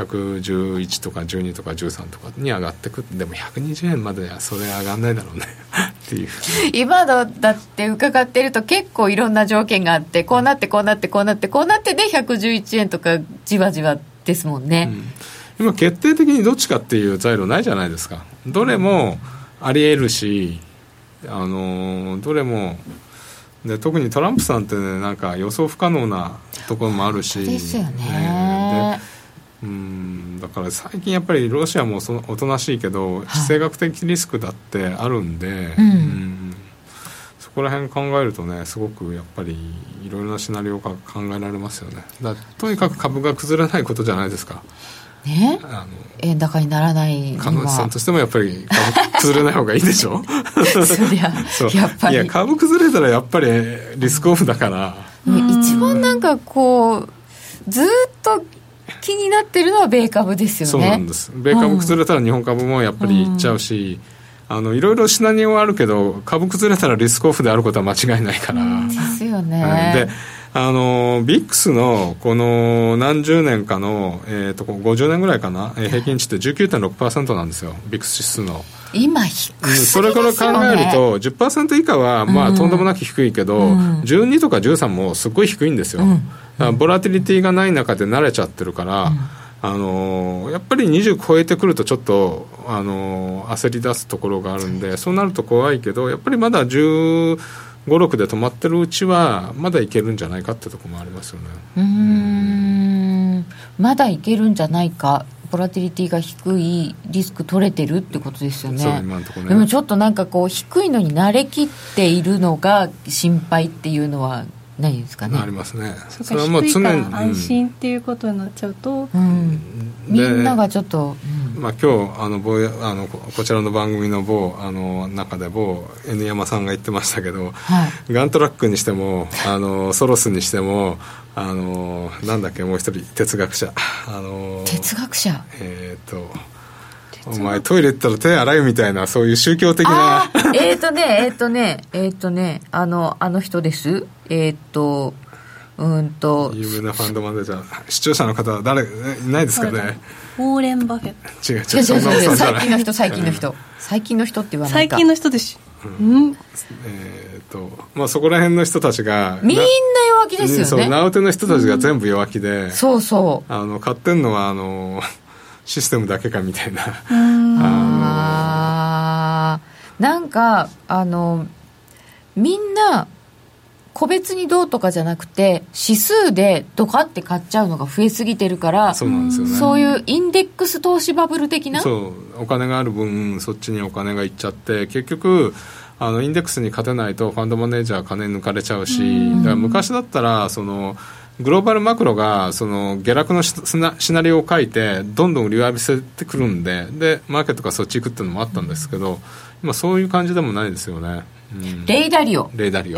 111とか12とか13とかに上がってくって、でも120円まではそれ上がんないだろうねっていう今のだって伺ってると結構いろんな条件があって、こうなってこうなってこうなってこうなってで111円とかじわじわですもんね、 今決定的にどっちかっていう材料ないじゃないですか。どれもあり得るし、どれもで特にトランプさんってねなんか予想不可能なところもあるしですよね。 だから最近やっぱりロシアもおとなしいけど地政学的リスクだってあるんで、そこら辺考えるとねすごくやっぱりいろいろなシナリオが考えられますよね。とにかく株が崩れないことじゃないですかね。円高にならないのは彼女さんとしてもやっぱり株崩れない方がいいでしょそりゃやっぱりいや株崩れたらやっぱりリスクオフだから、 一番なんかこうずっと気になってるのは米株ですよね。 そうなんです。米株崩れたら日本株もやっぱりいっちゃうし、いろいろシナリオはあるけど株崩れたらリスクオフであることは間違いないから、 ですよね。 でビックスのこの何十年かの、50年ぐらいかな、平均値って 19.6% なんですよ、ビックス指数の。 今低すぎですよね。 それから考えると 10% 以下はとんでもなく低いけど、12とか13もすごい低いんですよ、ボラティリティがない中で慣れちゃってるから、やっぱり20超えてくるとちょっと焦り出すところがあるんで、そうなると怖いけど、やっぱりまだ15、6で止まってるうちはまだいけるんじゃないかってところもありますよね。 まだいけるんじゃないか、ボラティリティが低い、リスク取れてるってことですよね。 そう今のところね。 でもちょっとなんかこう低いのに慣れきっているのが心配っていうのはないですかね。 ありますね。 それはもう常に低いから安心っていうことになっちゃうと、 みんながちょっと、 今日こちらの番組の中で某 N 山さんが言ってましたけど、ガントラックにしてもソロスにしてもなんだっけもう一人哲学者哲学者お前トイレ行ったら手洗いみたいな、そういう宗教的なあの人です有名なファンドマネージャー、視聴者の方は誰いないですかね。 ウォーレン・バフェット。 違うそんなおっさんじゃない。 最近の人って言わないか。 最近の人です。 そこら辺の人たちがみんな弱気ですよね。 そう名うての人たちが全部弱気で、 そう買ってんのはシステムだけかみたいな。 なんかみんな個別にどうとかじゃなくて指数でドカって買っちゃうのが増えすぎてるから、 そうなんですよね、 そういうインデックス投資バブル的な、 そうお金がある分そっちにお金がいっちゃって結局インデックスに勝てないとファンドマネージャー金抜かれちゃうし、だから昔だったらグローバルマクロが下落のシナリオを書いてどんどん売りを浴びせてくるんでマーケットがそっち行くっていうのもあったんですけど、今そういう感じでもないですよね。 レイダリオいた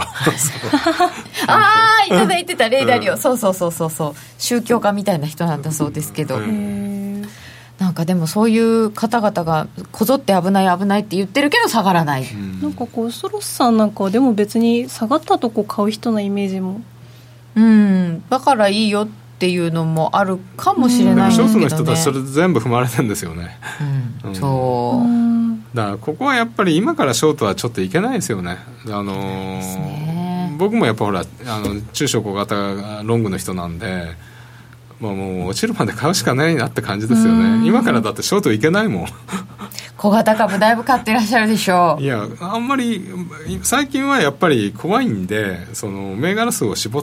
だいてたレイダリオ、そう宗教家みたいな人なんだそうですけど、なんかでもそういう方々がこぞって危ないって言ってるけど下がらない、 なんかソロスさんなんかはでも別に下がったとこ買う人のイメージも、 だからいいよっていうのもあるかもしれないんですけどね。 ショートの人たちそれ全部踏まれてるんですよね、 そうだからここはやっぱり今からショートはちょっといけないですよね。僕もやっぱほら中小小型ロングの人なんで、もう落ちるまで買うしかないなって感じですよね。今からだってショートいけないもん小型株だいぶ買ってらっしゃるでしょう。 いやあんまり最近はやっぱり怖いんで銘柄数を絞って、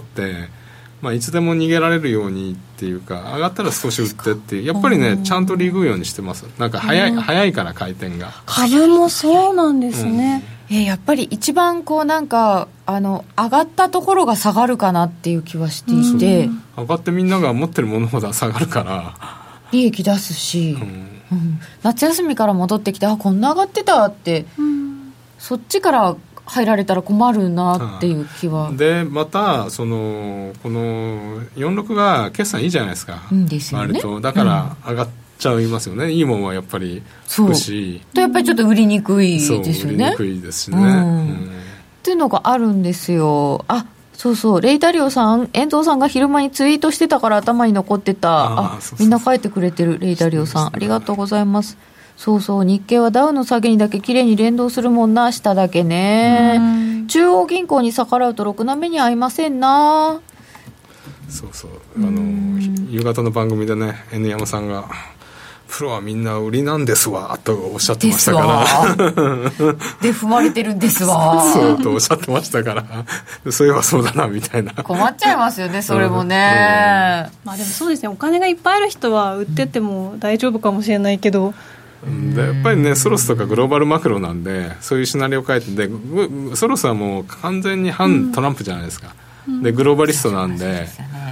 いつでも逃げられるようにっていうか、上がったら少し売ってっていう、やっぱりねちゃんとリーグようにしてます。なんか早いから回転が。 株もそうなんですね、 やっぱり一番なんか上がったところが下がるかなっていう気はしていて、 上がってみんなが持ってるものほど下がるから利益出すし、夏休みから戻ってきてこんな上がってたって、そっちから入られたら困るなっていう気は、 でまたこの46が決算いいじゃないですか、 ですよね、 割とだから上がっちゃいますよね、いいもんはやっぱりつくし、 とやっぱりちょっと売りにくいですよね。 売りにくいですしね、 っていうのがあるんですよ。そうレイダリオさん、遠藤さんが昼間にツイートしてたから頭に残ってた。みんな書いてくれてる。レイダリオさん、ありがとうございます。日経はダウの下げにだけ綺麗に連動するもんな、下だけね。中央銀行に逆らうとろくな目に合いませんな。 夕方の番組でね N 山さんがプロはみんな売りなんですわとおっしゃってましたからで踏まれてるんですわそうとおっしゃってましたからそういえばそうだなみたいな。 困っちゃいますよねそれもね、 でもそうですね、お金がいっぱいある人は売ってっても大丈夫かもしれないけど、 でやっぱりねソロスとかグローバルマクロなんでそういうシナリオを書いてでソロスはもう完全に反トランプじゃないですか、でグローバリストなんで、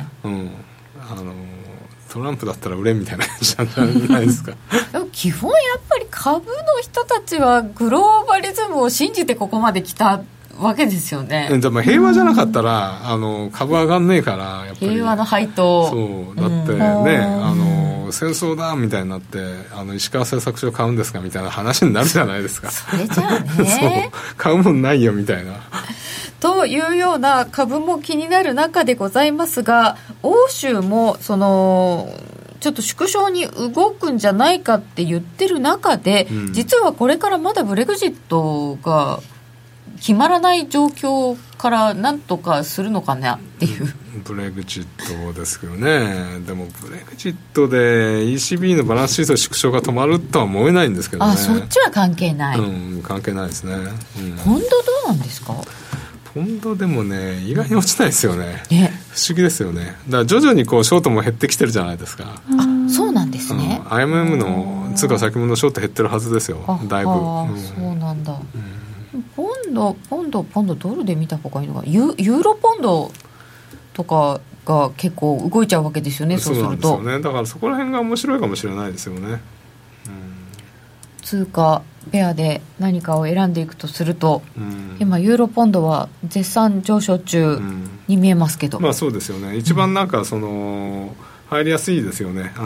トランプだったら売れみたいな感じじゃないですかでも基本やっぱり株の人たちはグローバリズムを信じてここまで来たわけですよね。 でも平和じゃなかったら株上がんねえからやっぱり平和の配当、 そうだってね、戦争だみたいになって石川製作所買うんですかみたいな話になるじゃないですか。 それじゃあねそう買うもんないよみたいなというような株も気になる中でございますが、欧州もちょっと縮小に動くんじゃないかって言ってる中で、実はこれからまだブレグジットが決まらない状況からなんとかするのかなっていう、 ブレグジットですけどね。でもブレグジットで ECB のバランスシート縮小が止まるとは思えないんですけどね。 そっちは関係ない、 関係ないですね、 ポンドどうなんですか。 ポンドでもね意外に落ちないですよね。不思議ですよね。だから徐々にショートも減ってきてるじゃないですか。 そうなんですね、 IMM の通貨先物のショート減ってるはずですよ、だいぶ。 そうなんだ、ポンドドルで見た方がいいのか、ユーロポンドとかが結構動いちゃうわけですよね。そうするとそうなんですよね。だからそこら辺が面白いかもしれないですよね、 通貨ペアで何かを選んでいくとすると、今ユーロポンドは絶賛上昇中に見えますけど、 そうですよね。一番なんか入りやすいですよね、フ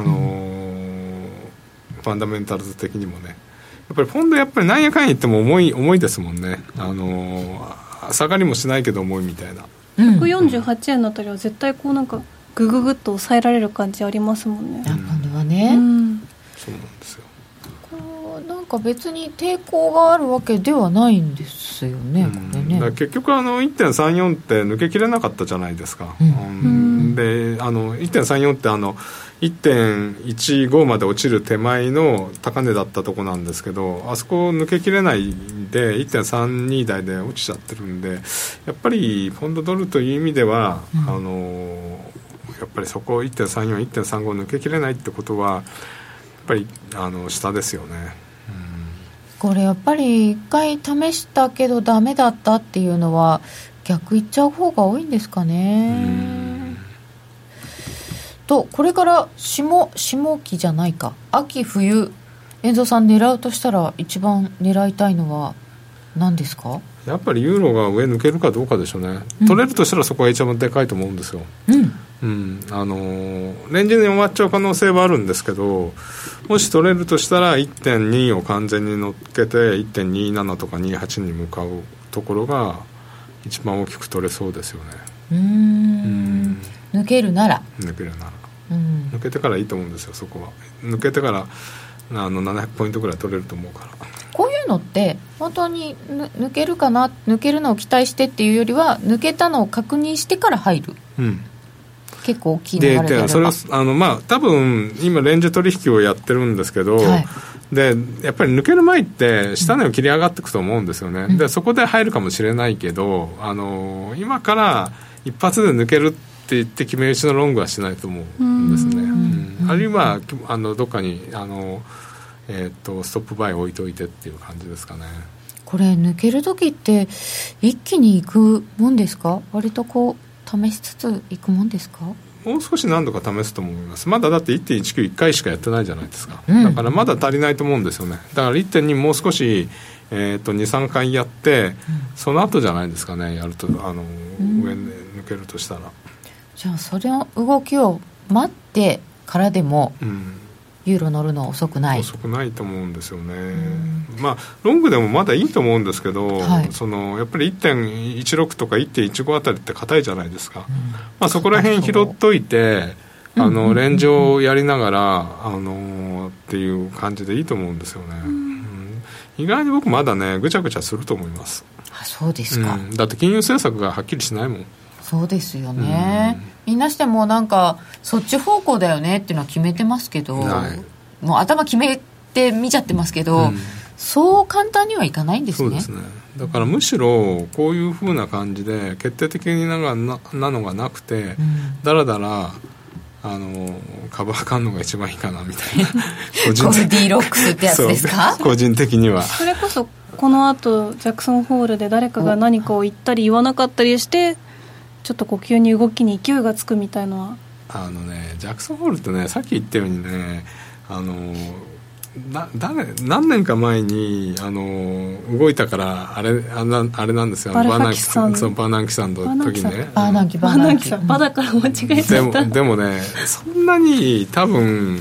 ァンダメンタルズ的にもね。やっぱりポンドやっぱりなんやかんや言っても重いですもんね。下がりもしないけど重いみたいな、 148円のあたりは絶対なんかグググッと抑えられる感じありますもんね。 ポンドはね、 そうなんですよ。 なんか別に抵抗があるわけではないんですよね、これね。 だから結局1.34 って抜けきれなかったじゃないですか、で1.34 って 1.15 まで落ちる手前の高値だったとこなんですけど、あそこを抜けきれないで 1.32 台で落ちちゃってるんで、やっぱりポンドドルという意味では、やっぱりそこを 1.34、1.35 抜けきれないってことはやっぱり下ですよね。 これやっぱり一回試したけどダメだったっていうのは逆いっちゃう方が多いんですかね。とこれから下期じゃないか、秋冬、遠藤さん狙うとしたら一番狙いたいのは何ですか？ やっぱりユーロが上抜けるかどうかでしょうね、取れるとしたらそこが一番でかいと思うんですよ。レンジに終わっちゃう可能性はあるんですけど、もし取れるとしたら 1.2 を完全に乗っけて 1.27 とか28に向かうところが一番大きく取れそうですよね。 抜けるなら抜けてからいいと思うんですよ。そこは抜けてから700ポイントぐらい取れると思うから。 こういうのって本当に抜けるかな、抜けるのを期待してっていうよりは抜けたのを確認してから入る、結構大きい流れであれば、 それは多分今レンジ取引をやってるんですけど、でやっぱり抜ける前って下値を切り上がっていくと思うんですよね、でそこで入るかもしれないけど、今から一発で抜けるって言って決め打ちのロングはしないと思うんですね。あるいはどっかにストップバイ置いといてっていう感じですかね。 これ抜けるときって一気に行くもんですか？割とこう試しつつ行くもんですか？ もう少し何度か試すと思います。まだだって 1.191 回しかやってないじゃないですか、だからまだ足りないと思うんですよね。だから 1.2 もう少し、2、3回やって、その後じゃないですかね、やると上に抜けるとしたら。 じゃあそれの動きを待ってからでも、ユーロ乗るのは遅くないと思うんですよね。ロングでもまだいいと思うんですけど、やっぱり 1.16 とか 1.15 あたりって硬いじゃないですか、そこら辺拾っといてレンジをやりながらっていう感じでいいと思うんですよね。意外に僕まだねぐちゃぐちゃすると思います。 そうですか、 だって金融政策がはっきりしないもん。 そうですよね、みんなしてもなんかそっち方向だよねっていうのは決めてますけど、もう頭決めて見ちゃってますけど、そう簡単にはいかないんですね。 そうですね。だからむしろこういう風な感じで決定的なのがなくて、だらだら株はかんのが一番いいかなみたいなゴルディロックスってやつですか？ 個人的にはそれこそこの後ジャクソンホールで誰かが何かを言ったり言わなかったりしてちょっと呼吸に動きに勢いがつくみたいのはジャクソンホールってね、さっき言ったようにね何年か前に動いたからあれなんですよ。バーナンキさんの時ね。バーナンキさんバだから間違えちゃった。 でもねそんなに多分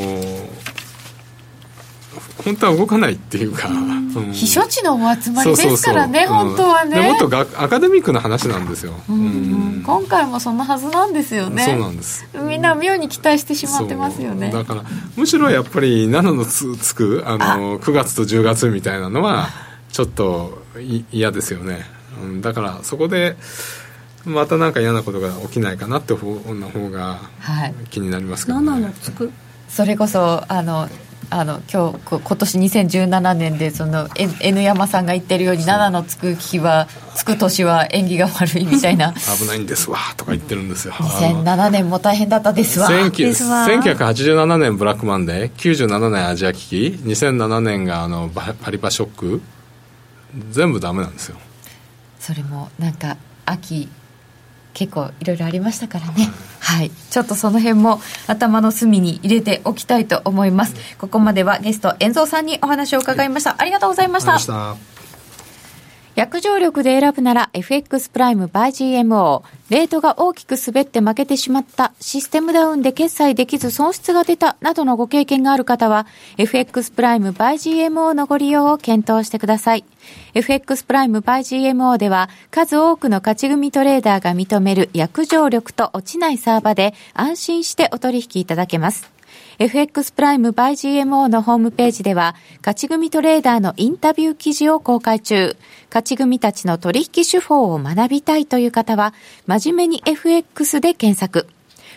本当は動かないっていうか、 避暑地のお集まりですからね。本当はね、 でもっとアカデミックな話なんですよ、 今回もそんなはずなんですよね。 そうなんです。 みんな妙に期待してしまってますよね。 だからむしろやっぱり7のつく9月と10月みたいなのはちょっと嫌ですよね、だからそこでまたなんか嫌なことが起きないかなって方が気になりますけどね。 7のつく、 それこそ今年2017年でその N 山さんが言ってるように7のつく日はつく年は縁起が悪いみたいな危ないんですわとか言ってるんですよ。 2007年も大変だったですわ。 1987年ブラックマンデー、97年アジア危機、2007年がパリパショック、全部ダメなんですよ。 それもなんか秋結構いろいろありましたからね。はい、ちょっとその辺も頭の隅に入れておきたいと思います。ここまではゲスト遠蔵さんにお話を伺いました。ありがとうございました。約定力で選ぶなら FX プライム by GMO。 レートが大きく滑って負けてしまった、システムダウンで決済できず損失が出たなどのご経験がある方は FX プライム by GMO のご利用を検討してください。 FX プライム by GMO では数多くの勝ち組トレーダーが認める約定力と落ちないサーバで安心してお取引いただけます。FX プライム by GMO のホームページでは勝ち組トレーダーのインタビュー記事を公開中。勝ち組たちの取引手法を学びたいという方は真面目に FX で検索。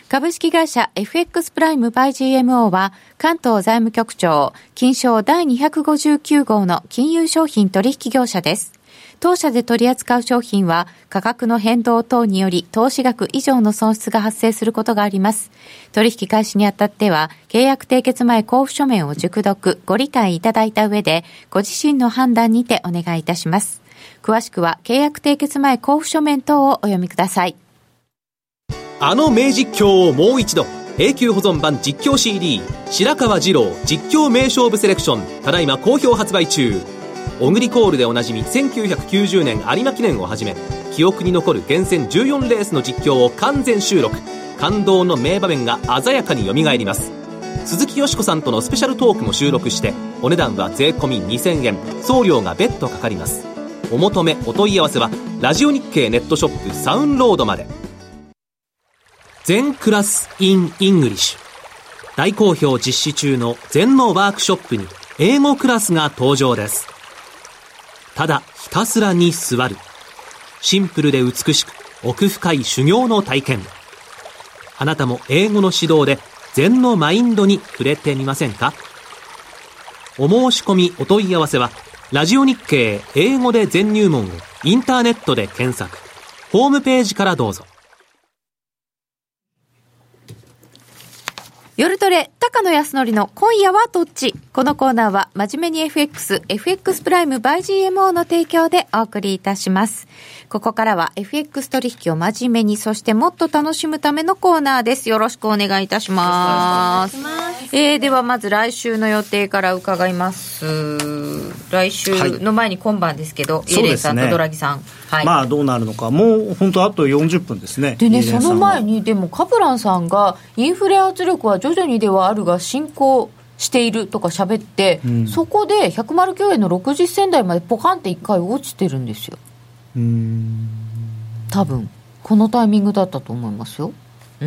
株式会社 FX プライムバイ GMO は関東財務局長金商第259号の金融商品取引業者です。当社で取り扱う商品は価格の変動等により投資額以上の損失が発生することがあります。取引開始にあたっては契約締結前交付書面を熟読ご理解いただいた上でご自身の判断にてお願いいたします。詳しくは契約締結前交付書面等をお読みください。 あの名実況をもう一度、永久保存版実況 CD 白川二郎実況名勝負セレクション、ただいま好評発売中。オグリコールでおなじみ1990年有馬記念をはじめ記憶に残る厳選14レースの実況を完全収録。感動の名場面が鮮やかによみがえります。鈴木よしこさんとのスペシャルトークも収録して、お値段は税込み2000円、送料が別途かかります。お求めお問い合わせはラジオ日経ネットショップサウンロードまで。全クラス in イングリッシュ、大好評実施中の全のワークショップに英語クラスが登場です。ただひたすらに座る、シンプルで美しく奥深い修行の体験。あなたも英語の指導で禅のマインドに触れてみませんか？お申し込みお問い合わせはラジオ日経英語で全入門をインターネットで検索、ホームページからどうぞ。 夜トレ高野康則の今夜はどっち。このコーナーは真面目に FX プライム by GMO の提供でお送りいたします。ここからは FX 取引を真面目に、そしてもっと楽しむためのコーナーです。よろしくお願いいたします。ではまず来週の予定から伺います。来週の前に今晩ですけど、イエレンさんとドラギさん、はい、まあどうなるのか、もう本当あと40分ですね。 でね、その前にでもカプランさんがインフレ圧力は徐々にではあるが進行しているとか喋って、そこで109円の60銭台までポカンって1回落ちてるんですよ。多分このタイミングだったと思いますよ。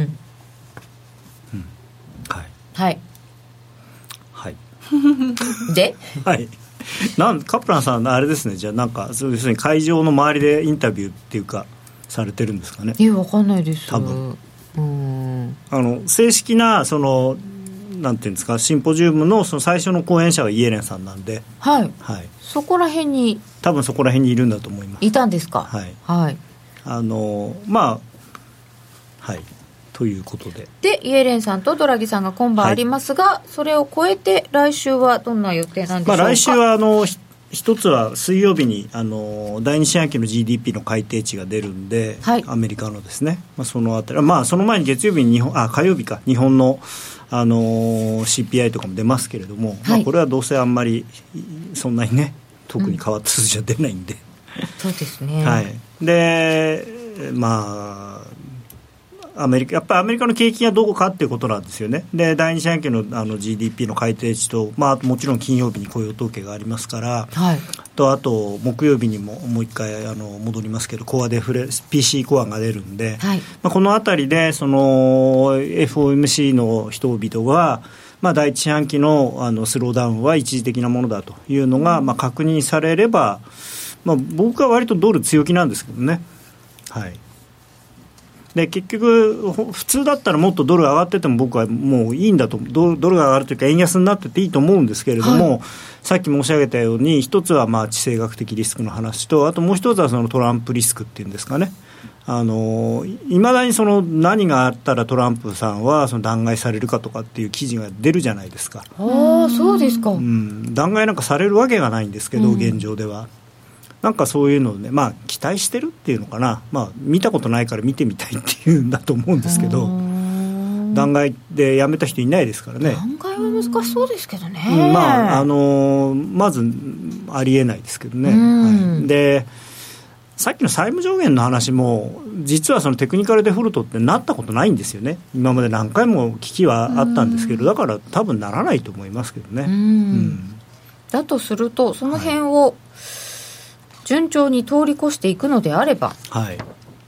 はいはいはいではいカプランさんあれですね、じゃあなんか要するに会場の周りでインタビューっていうかされてるんですかね。 分かんないです。多分正式なそのなんていうんですか、シンポジウム その最初の講演者はイエレンさんなんで、 はい、はい、そこら辺に多分そこら辺にいるんだと思います。 いたんですか。 はい、 はい、 まあはいということで、 イエレンさんとドラギさんが今晩ありますが、はい、それを超えて来週はどんな予定なんでしょうか。 来週は一つは水曜日に第二四半期の GDP の改定値が出るんで、はい、アメリカのですね、そのあたり、その前に月曜日に火曜日か日本のCPI とかも出ますけれども、はい、これはどうせあんまりそんなにね特に変わった数字は出ないんで、 そうですね、 はい、でやっぱりアメリカの景気がどうかっていうことなんですよね。で第二四半期のGDP の改定値と、もちろん金曜日に雇用統計がありますから、はい、あと木曜日にもう一回戻りますけどコアデフレ PC コアが出るんで、はい、このあたりでその FOMC の人々は第一四半期のスローダウンは一時的なものだというのが確認されれば、僕は割とドル強気なんですけどね。はい。で結局普通だったらもっとドル上がってても僕はもういいんだと、ドルが上がるというか円安になってていいと思うんですけれども、はい、さっき申し上げたように一つは地政学的リスクの話と、あともう一つはそのトランプリスクっていうんですかね。いまだにその何があったらトランプさんはその弾劾されるかとかっていう記事が出るじゃないですか。 そうですか。 弾劾なんかされるわけがないんですけど、現状ではなんかそういうのをね、期待してるっていうのかな、見たことないから見てみたいっていうんだと思うんですけど、弾劾で辞めた人いないですからね。 弾劾は難しそうですけどね。 まずありえないですけどね。はい、でさっきの債務上限の話も実はそのテクニカルデフォルトってなったことないんですよね。今まで何回も危機はあったんですけど、だから多分ならないと思いますけどね。 だとするとその辺を順調に通り越していくのであれば、はい、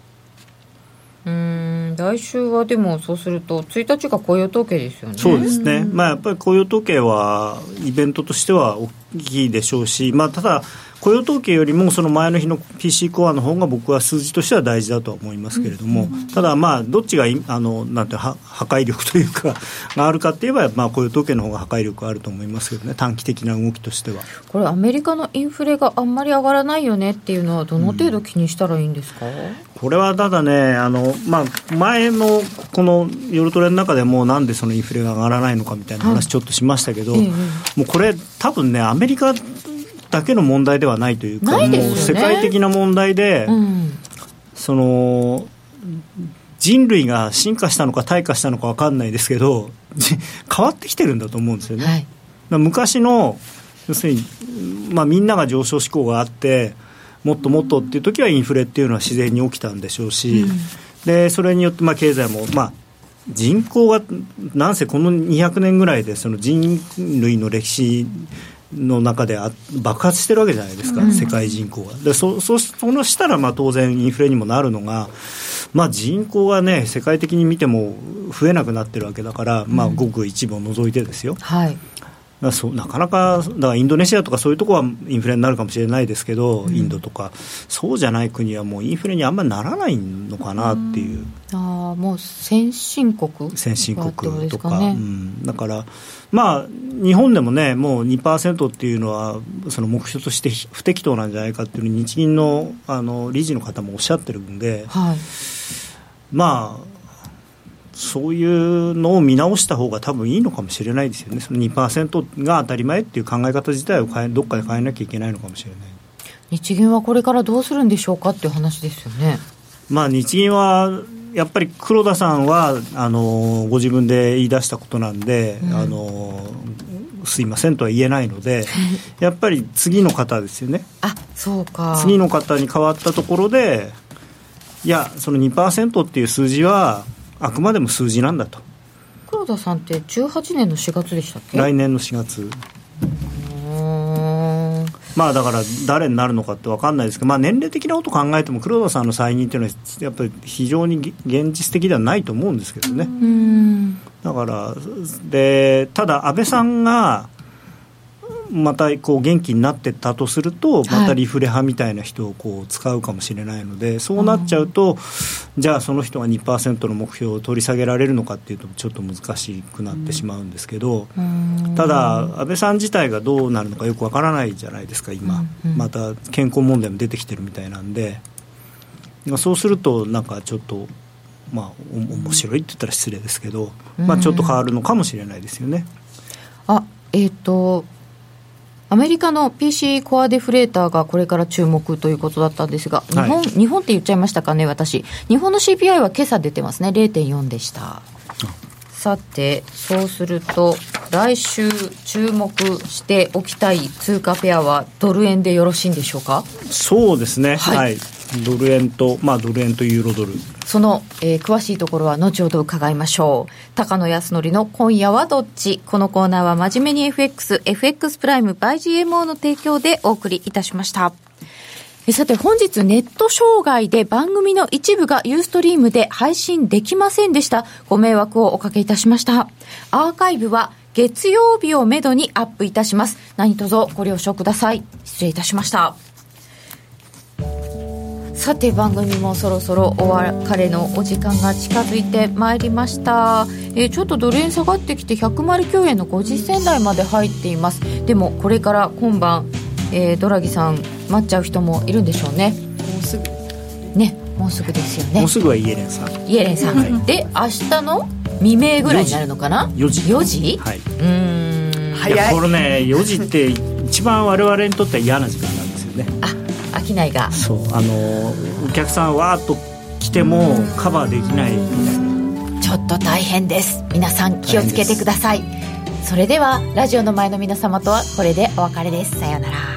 来週はでもそうすると1日が雇用統計ですよね。 そうですね、やっぱり雇用統計はイベントとしてはきでしょうし、ただ雇用統計よりもその前の日の PC コアの方が僕は数字としては大事だとは思いますけれども、ただどっちがなんて破壊力というかがあるかっていえば、雇用統計の方が破壊力あると思いますけどね、短期的な動きとしては。 これアメリカのインフレがあんまり上がらないよねっていうのはどの程度気にしたらいいんですか？ これはただね、前のこの夜トレの中でもなんでそのインフレが上がらないのかみたいな話ちょっとしましたけど、もうこれ多分ね、アメリカだけの問題ではないというか、もう世界的な問題で、その人類が進化したのか退化したのか分かんないですけど変わってきてるんだと思うんですよね、はい、昔の要するに、みんなが上昇志向があってもっともっとっていう時はインフレっていうのは自然に起きたんでしょうし、でそれによって経済も人口がなんせこの200年ぐらいでその人類の歴史の中で爆発してるわけじゃないですか、世界人口が。でそしたら当然インフレにもなるのが、人口がね世界的に見ても増えなくなってるわけだから、ごく一部を除いてですよ、はい、なかなかだからインドネシアとかそういうところはインフレになるかもしれないですけど、インドとかそうじゃない国はもうインフレにあんまりならないのかなっていう、 もう先進国とか、だから日本でもねもう 2% っていうのはその目標として不適当なんじゃないかっていうのを日銀の理事の方もおっしゃってるんで、はい、そういうのを見直した方が多分いいのかもしれないですよね。その 2% が当たり前っていう考え方自体をどっかで変えなきゃいけないのかもしれない。 日銀はこれからどうするんでしょうかっていう話ですよね。 日銀はやっぱり黒田さんはご自分で言い出したことなんで、すいませんとは言えないのでやっぱり次の方ですよね。 そうか。 次の方に変わったところで、いやその 2% っていう数字はあくまでも数字なんだと。 黒田さんって18年の4月でしたっけ？ 来年の4月。だから誰になるのかって分かんないですけど、年齢的なことを考えても黒田さんの再任っていうのはやっぱり非常に現実的ではないと思うんですけどね。だからただ安倍さんがまた元気になってったとするとまたリフレ派みたいな人を使うかもしれないので、そうなっちゃうとじゃあその人が 2% の目標を取り下げられるのかっていうとちょっと難しくなってしまうんですけど、ただ安倍さん自体がどうなるのかよくわからないじゃないですか今、また健康問題も出てきてるみたいなんで、そうするとちょっと面白いって言ったら失礼ですけど、ちょっと変わるのかもしれないですよね。 アメリカの PC コアデフレーターがこれから注目ということだったんですが、日本って言っちゃいましたかね。私日本の CPI は今朝出てますね。 0.4 でした。さてそうすると来週注目しておきたい通貨ペアはドル円でよろしいんでしょうか？ そうですね、ドル円とユーロドル、 その、詳しいところは後ほど伺いましょう。高野康則の今夜はどっち。このコーナーは真面目に FX プライム by GMO の提供でお送りいたしました。さて本日ネット障害で番組の一部がユーストリームで配信できませんでした。ご迷惑をおかけいたしました。アーカイブは月曜日をめどにアップいたします。何卒ご了承ください。失礼いたしました。さて番組もそろそろお別れのお時間が近づいてまいりました。ちょっとドル円下がってきて109円の50銭台まで入っています。でもこれから今晩、ドラギさん待っちゃう人もいるんでしょうね。 もうすぐね、もうすぐですよね。 もうすぐはイエレンさんで明日の未明ぐらいになるのかな。4時、 はい、早い。これね4時って一番我々にとっては嫌な時間なんですよね。 商いがそうお客さんわーっと来てもカバーできないみたいな。 ちょっと大変です。皆さん気をつけてください。それではラジオの前の皆様とはこれでお別れです。さようなら。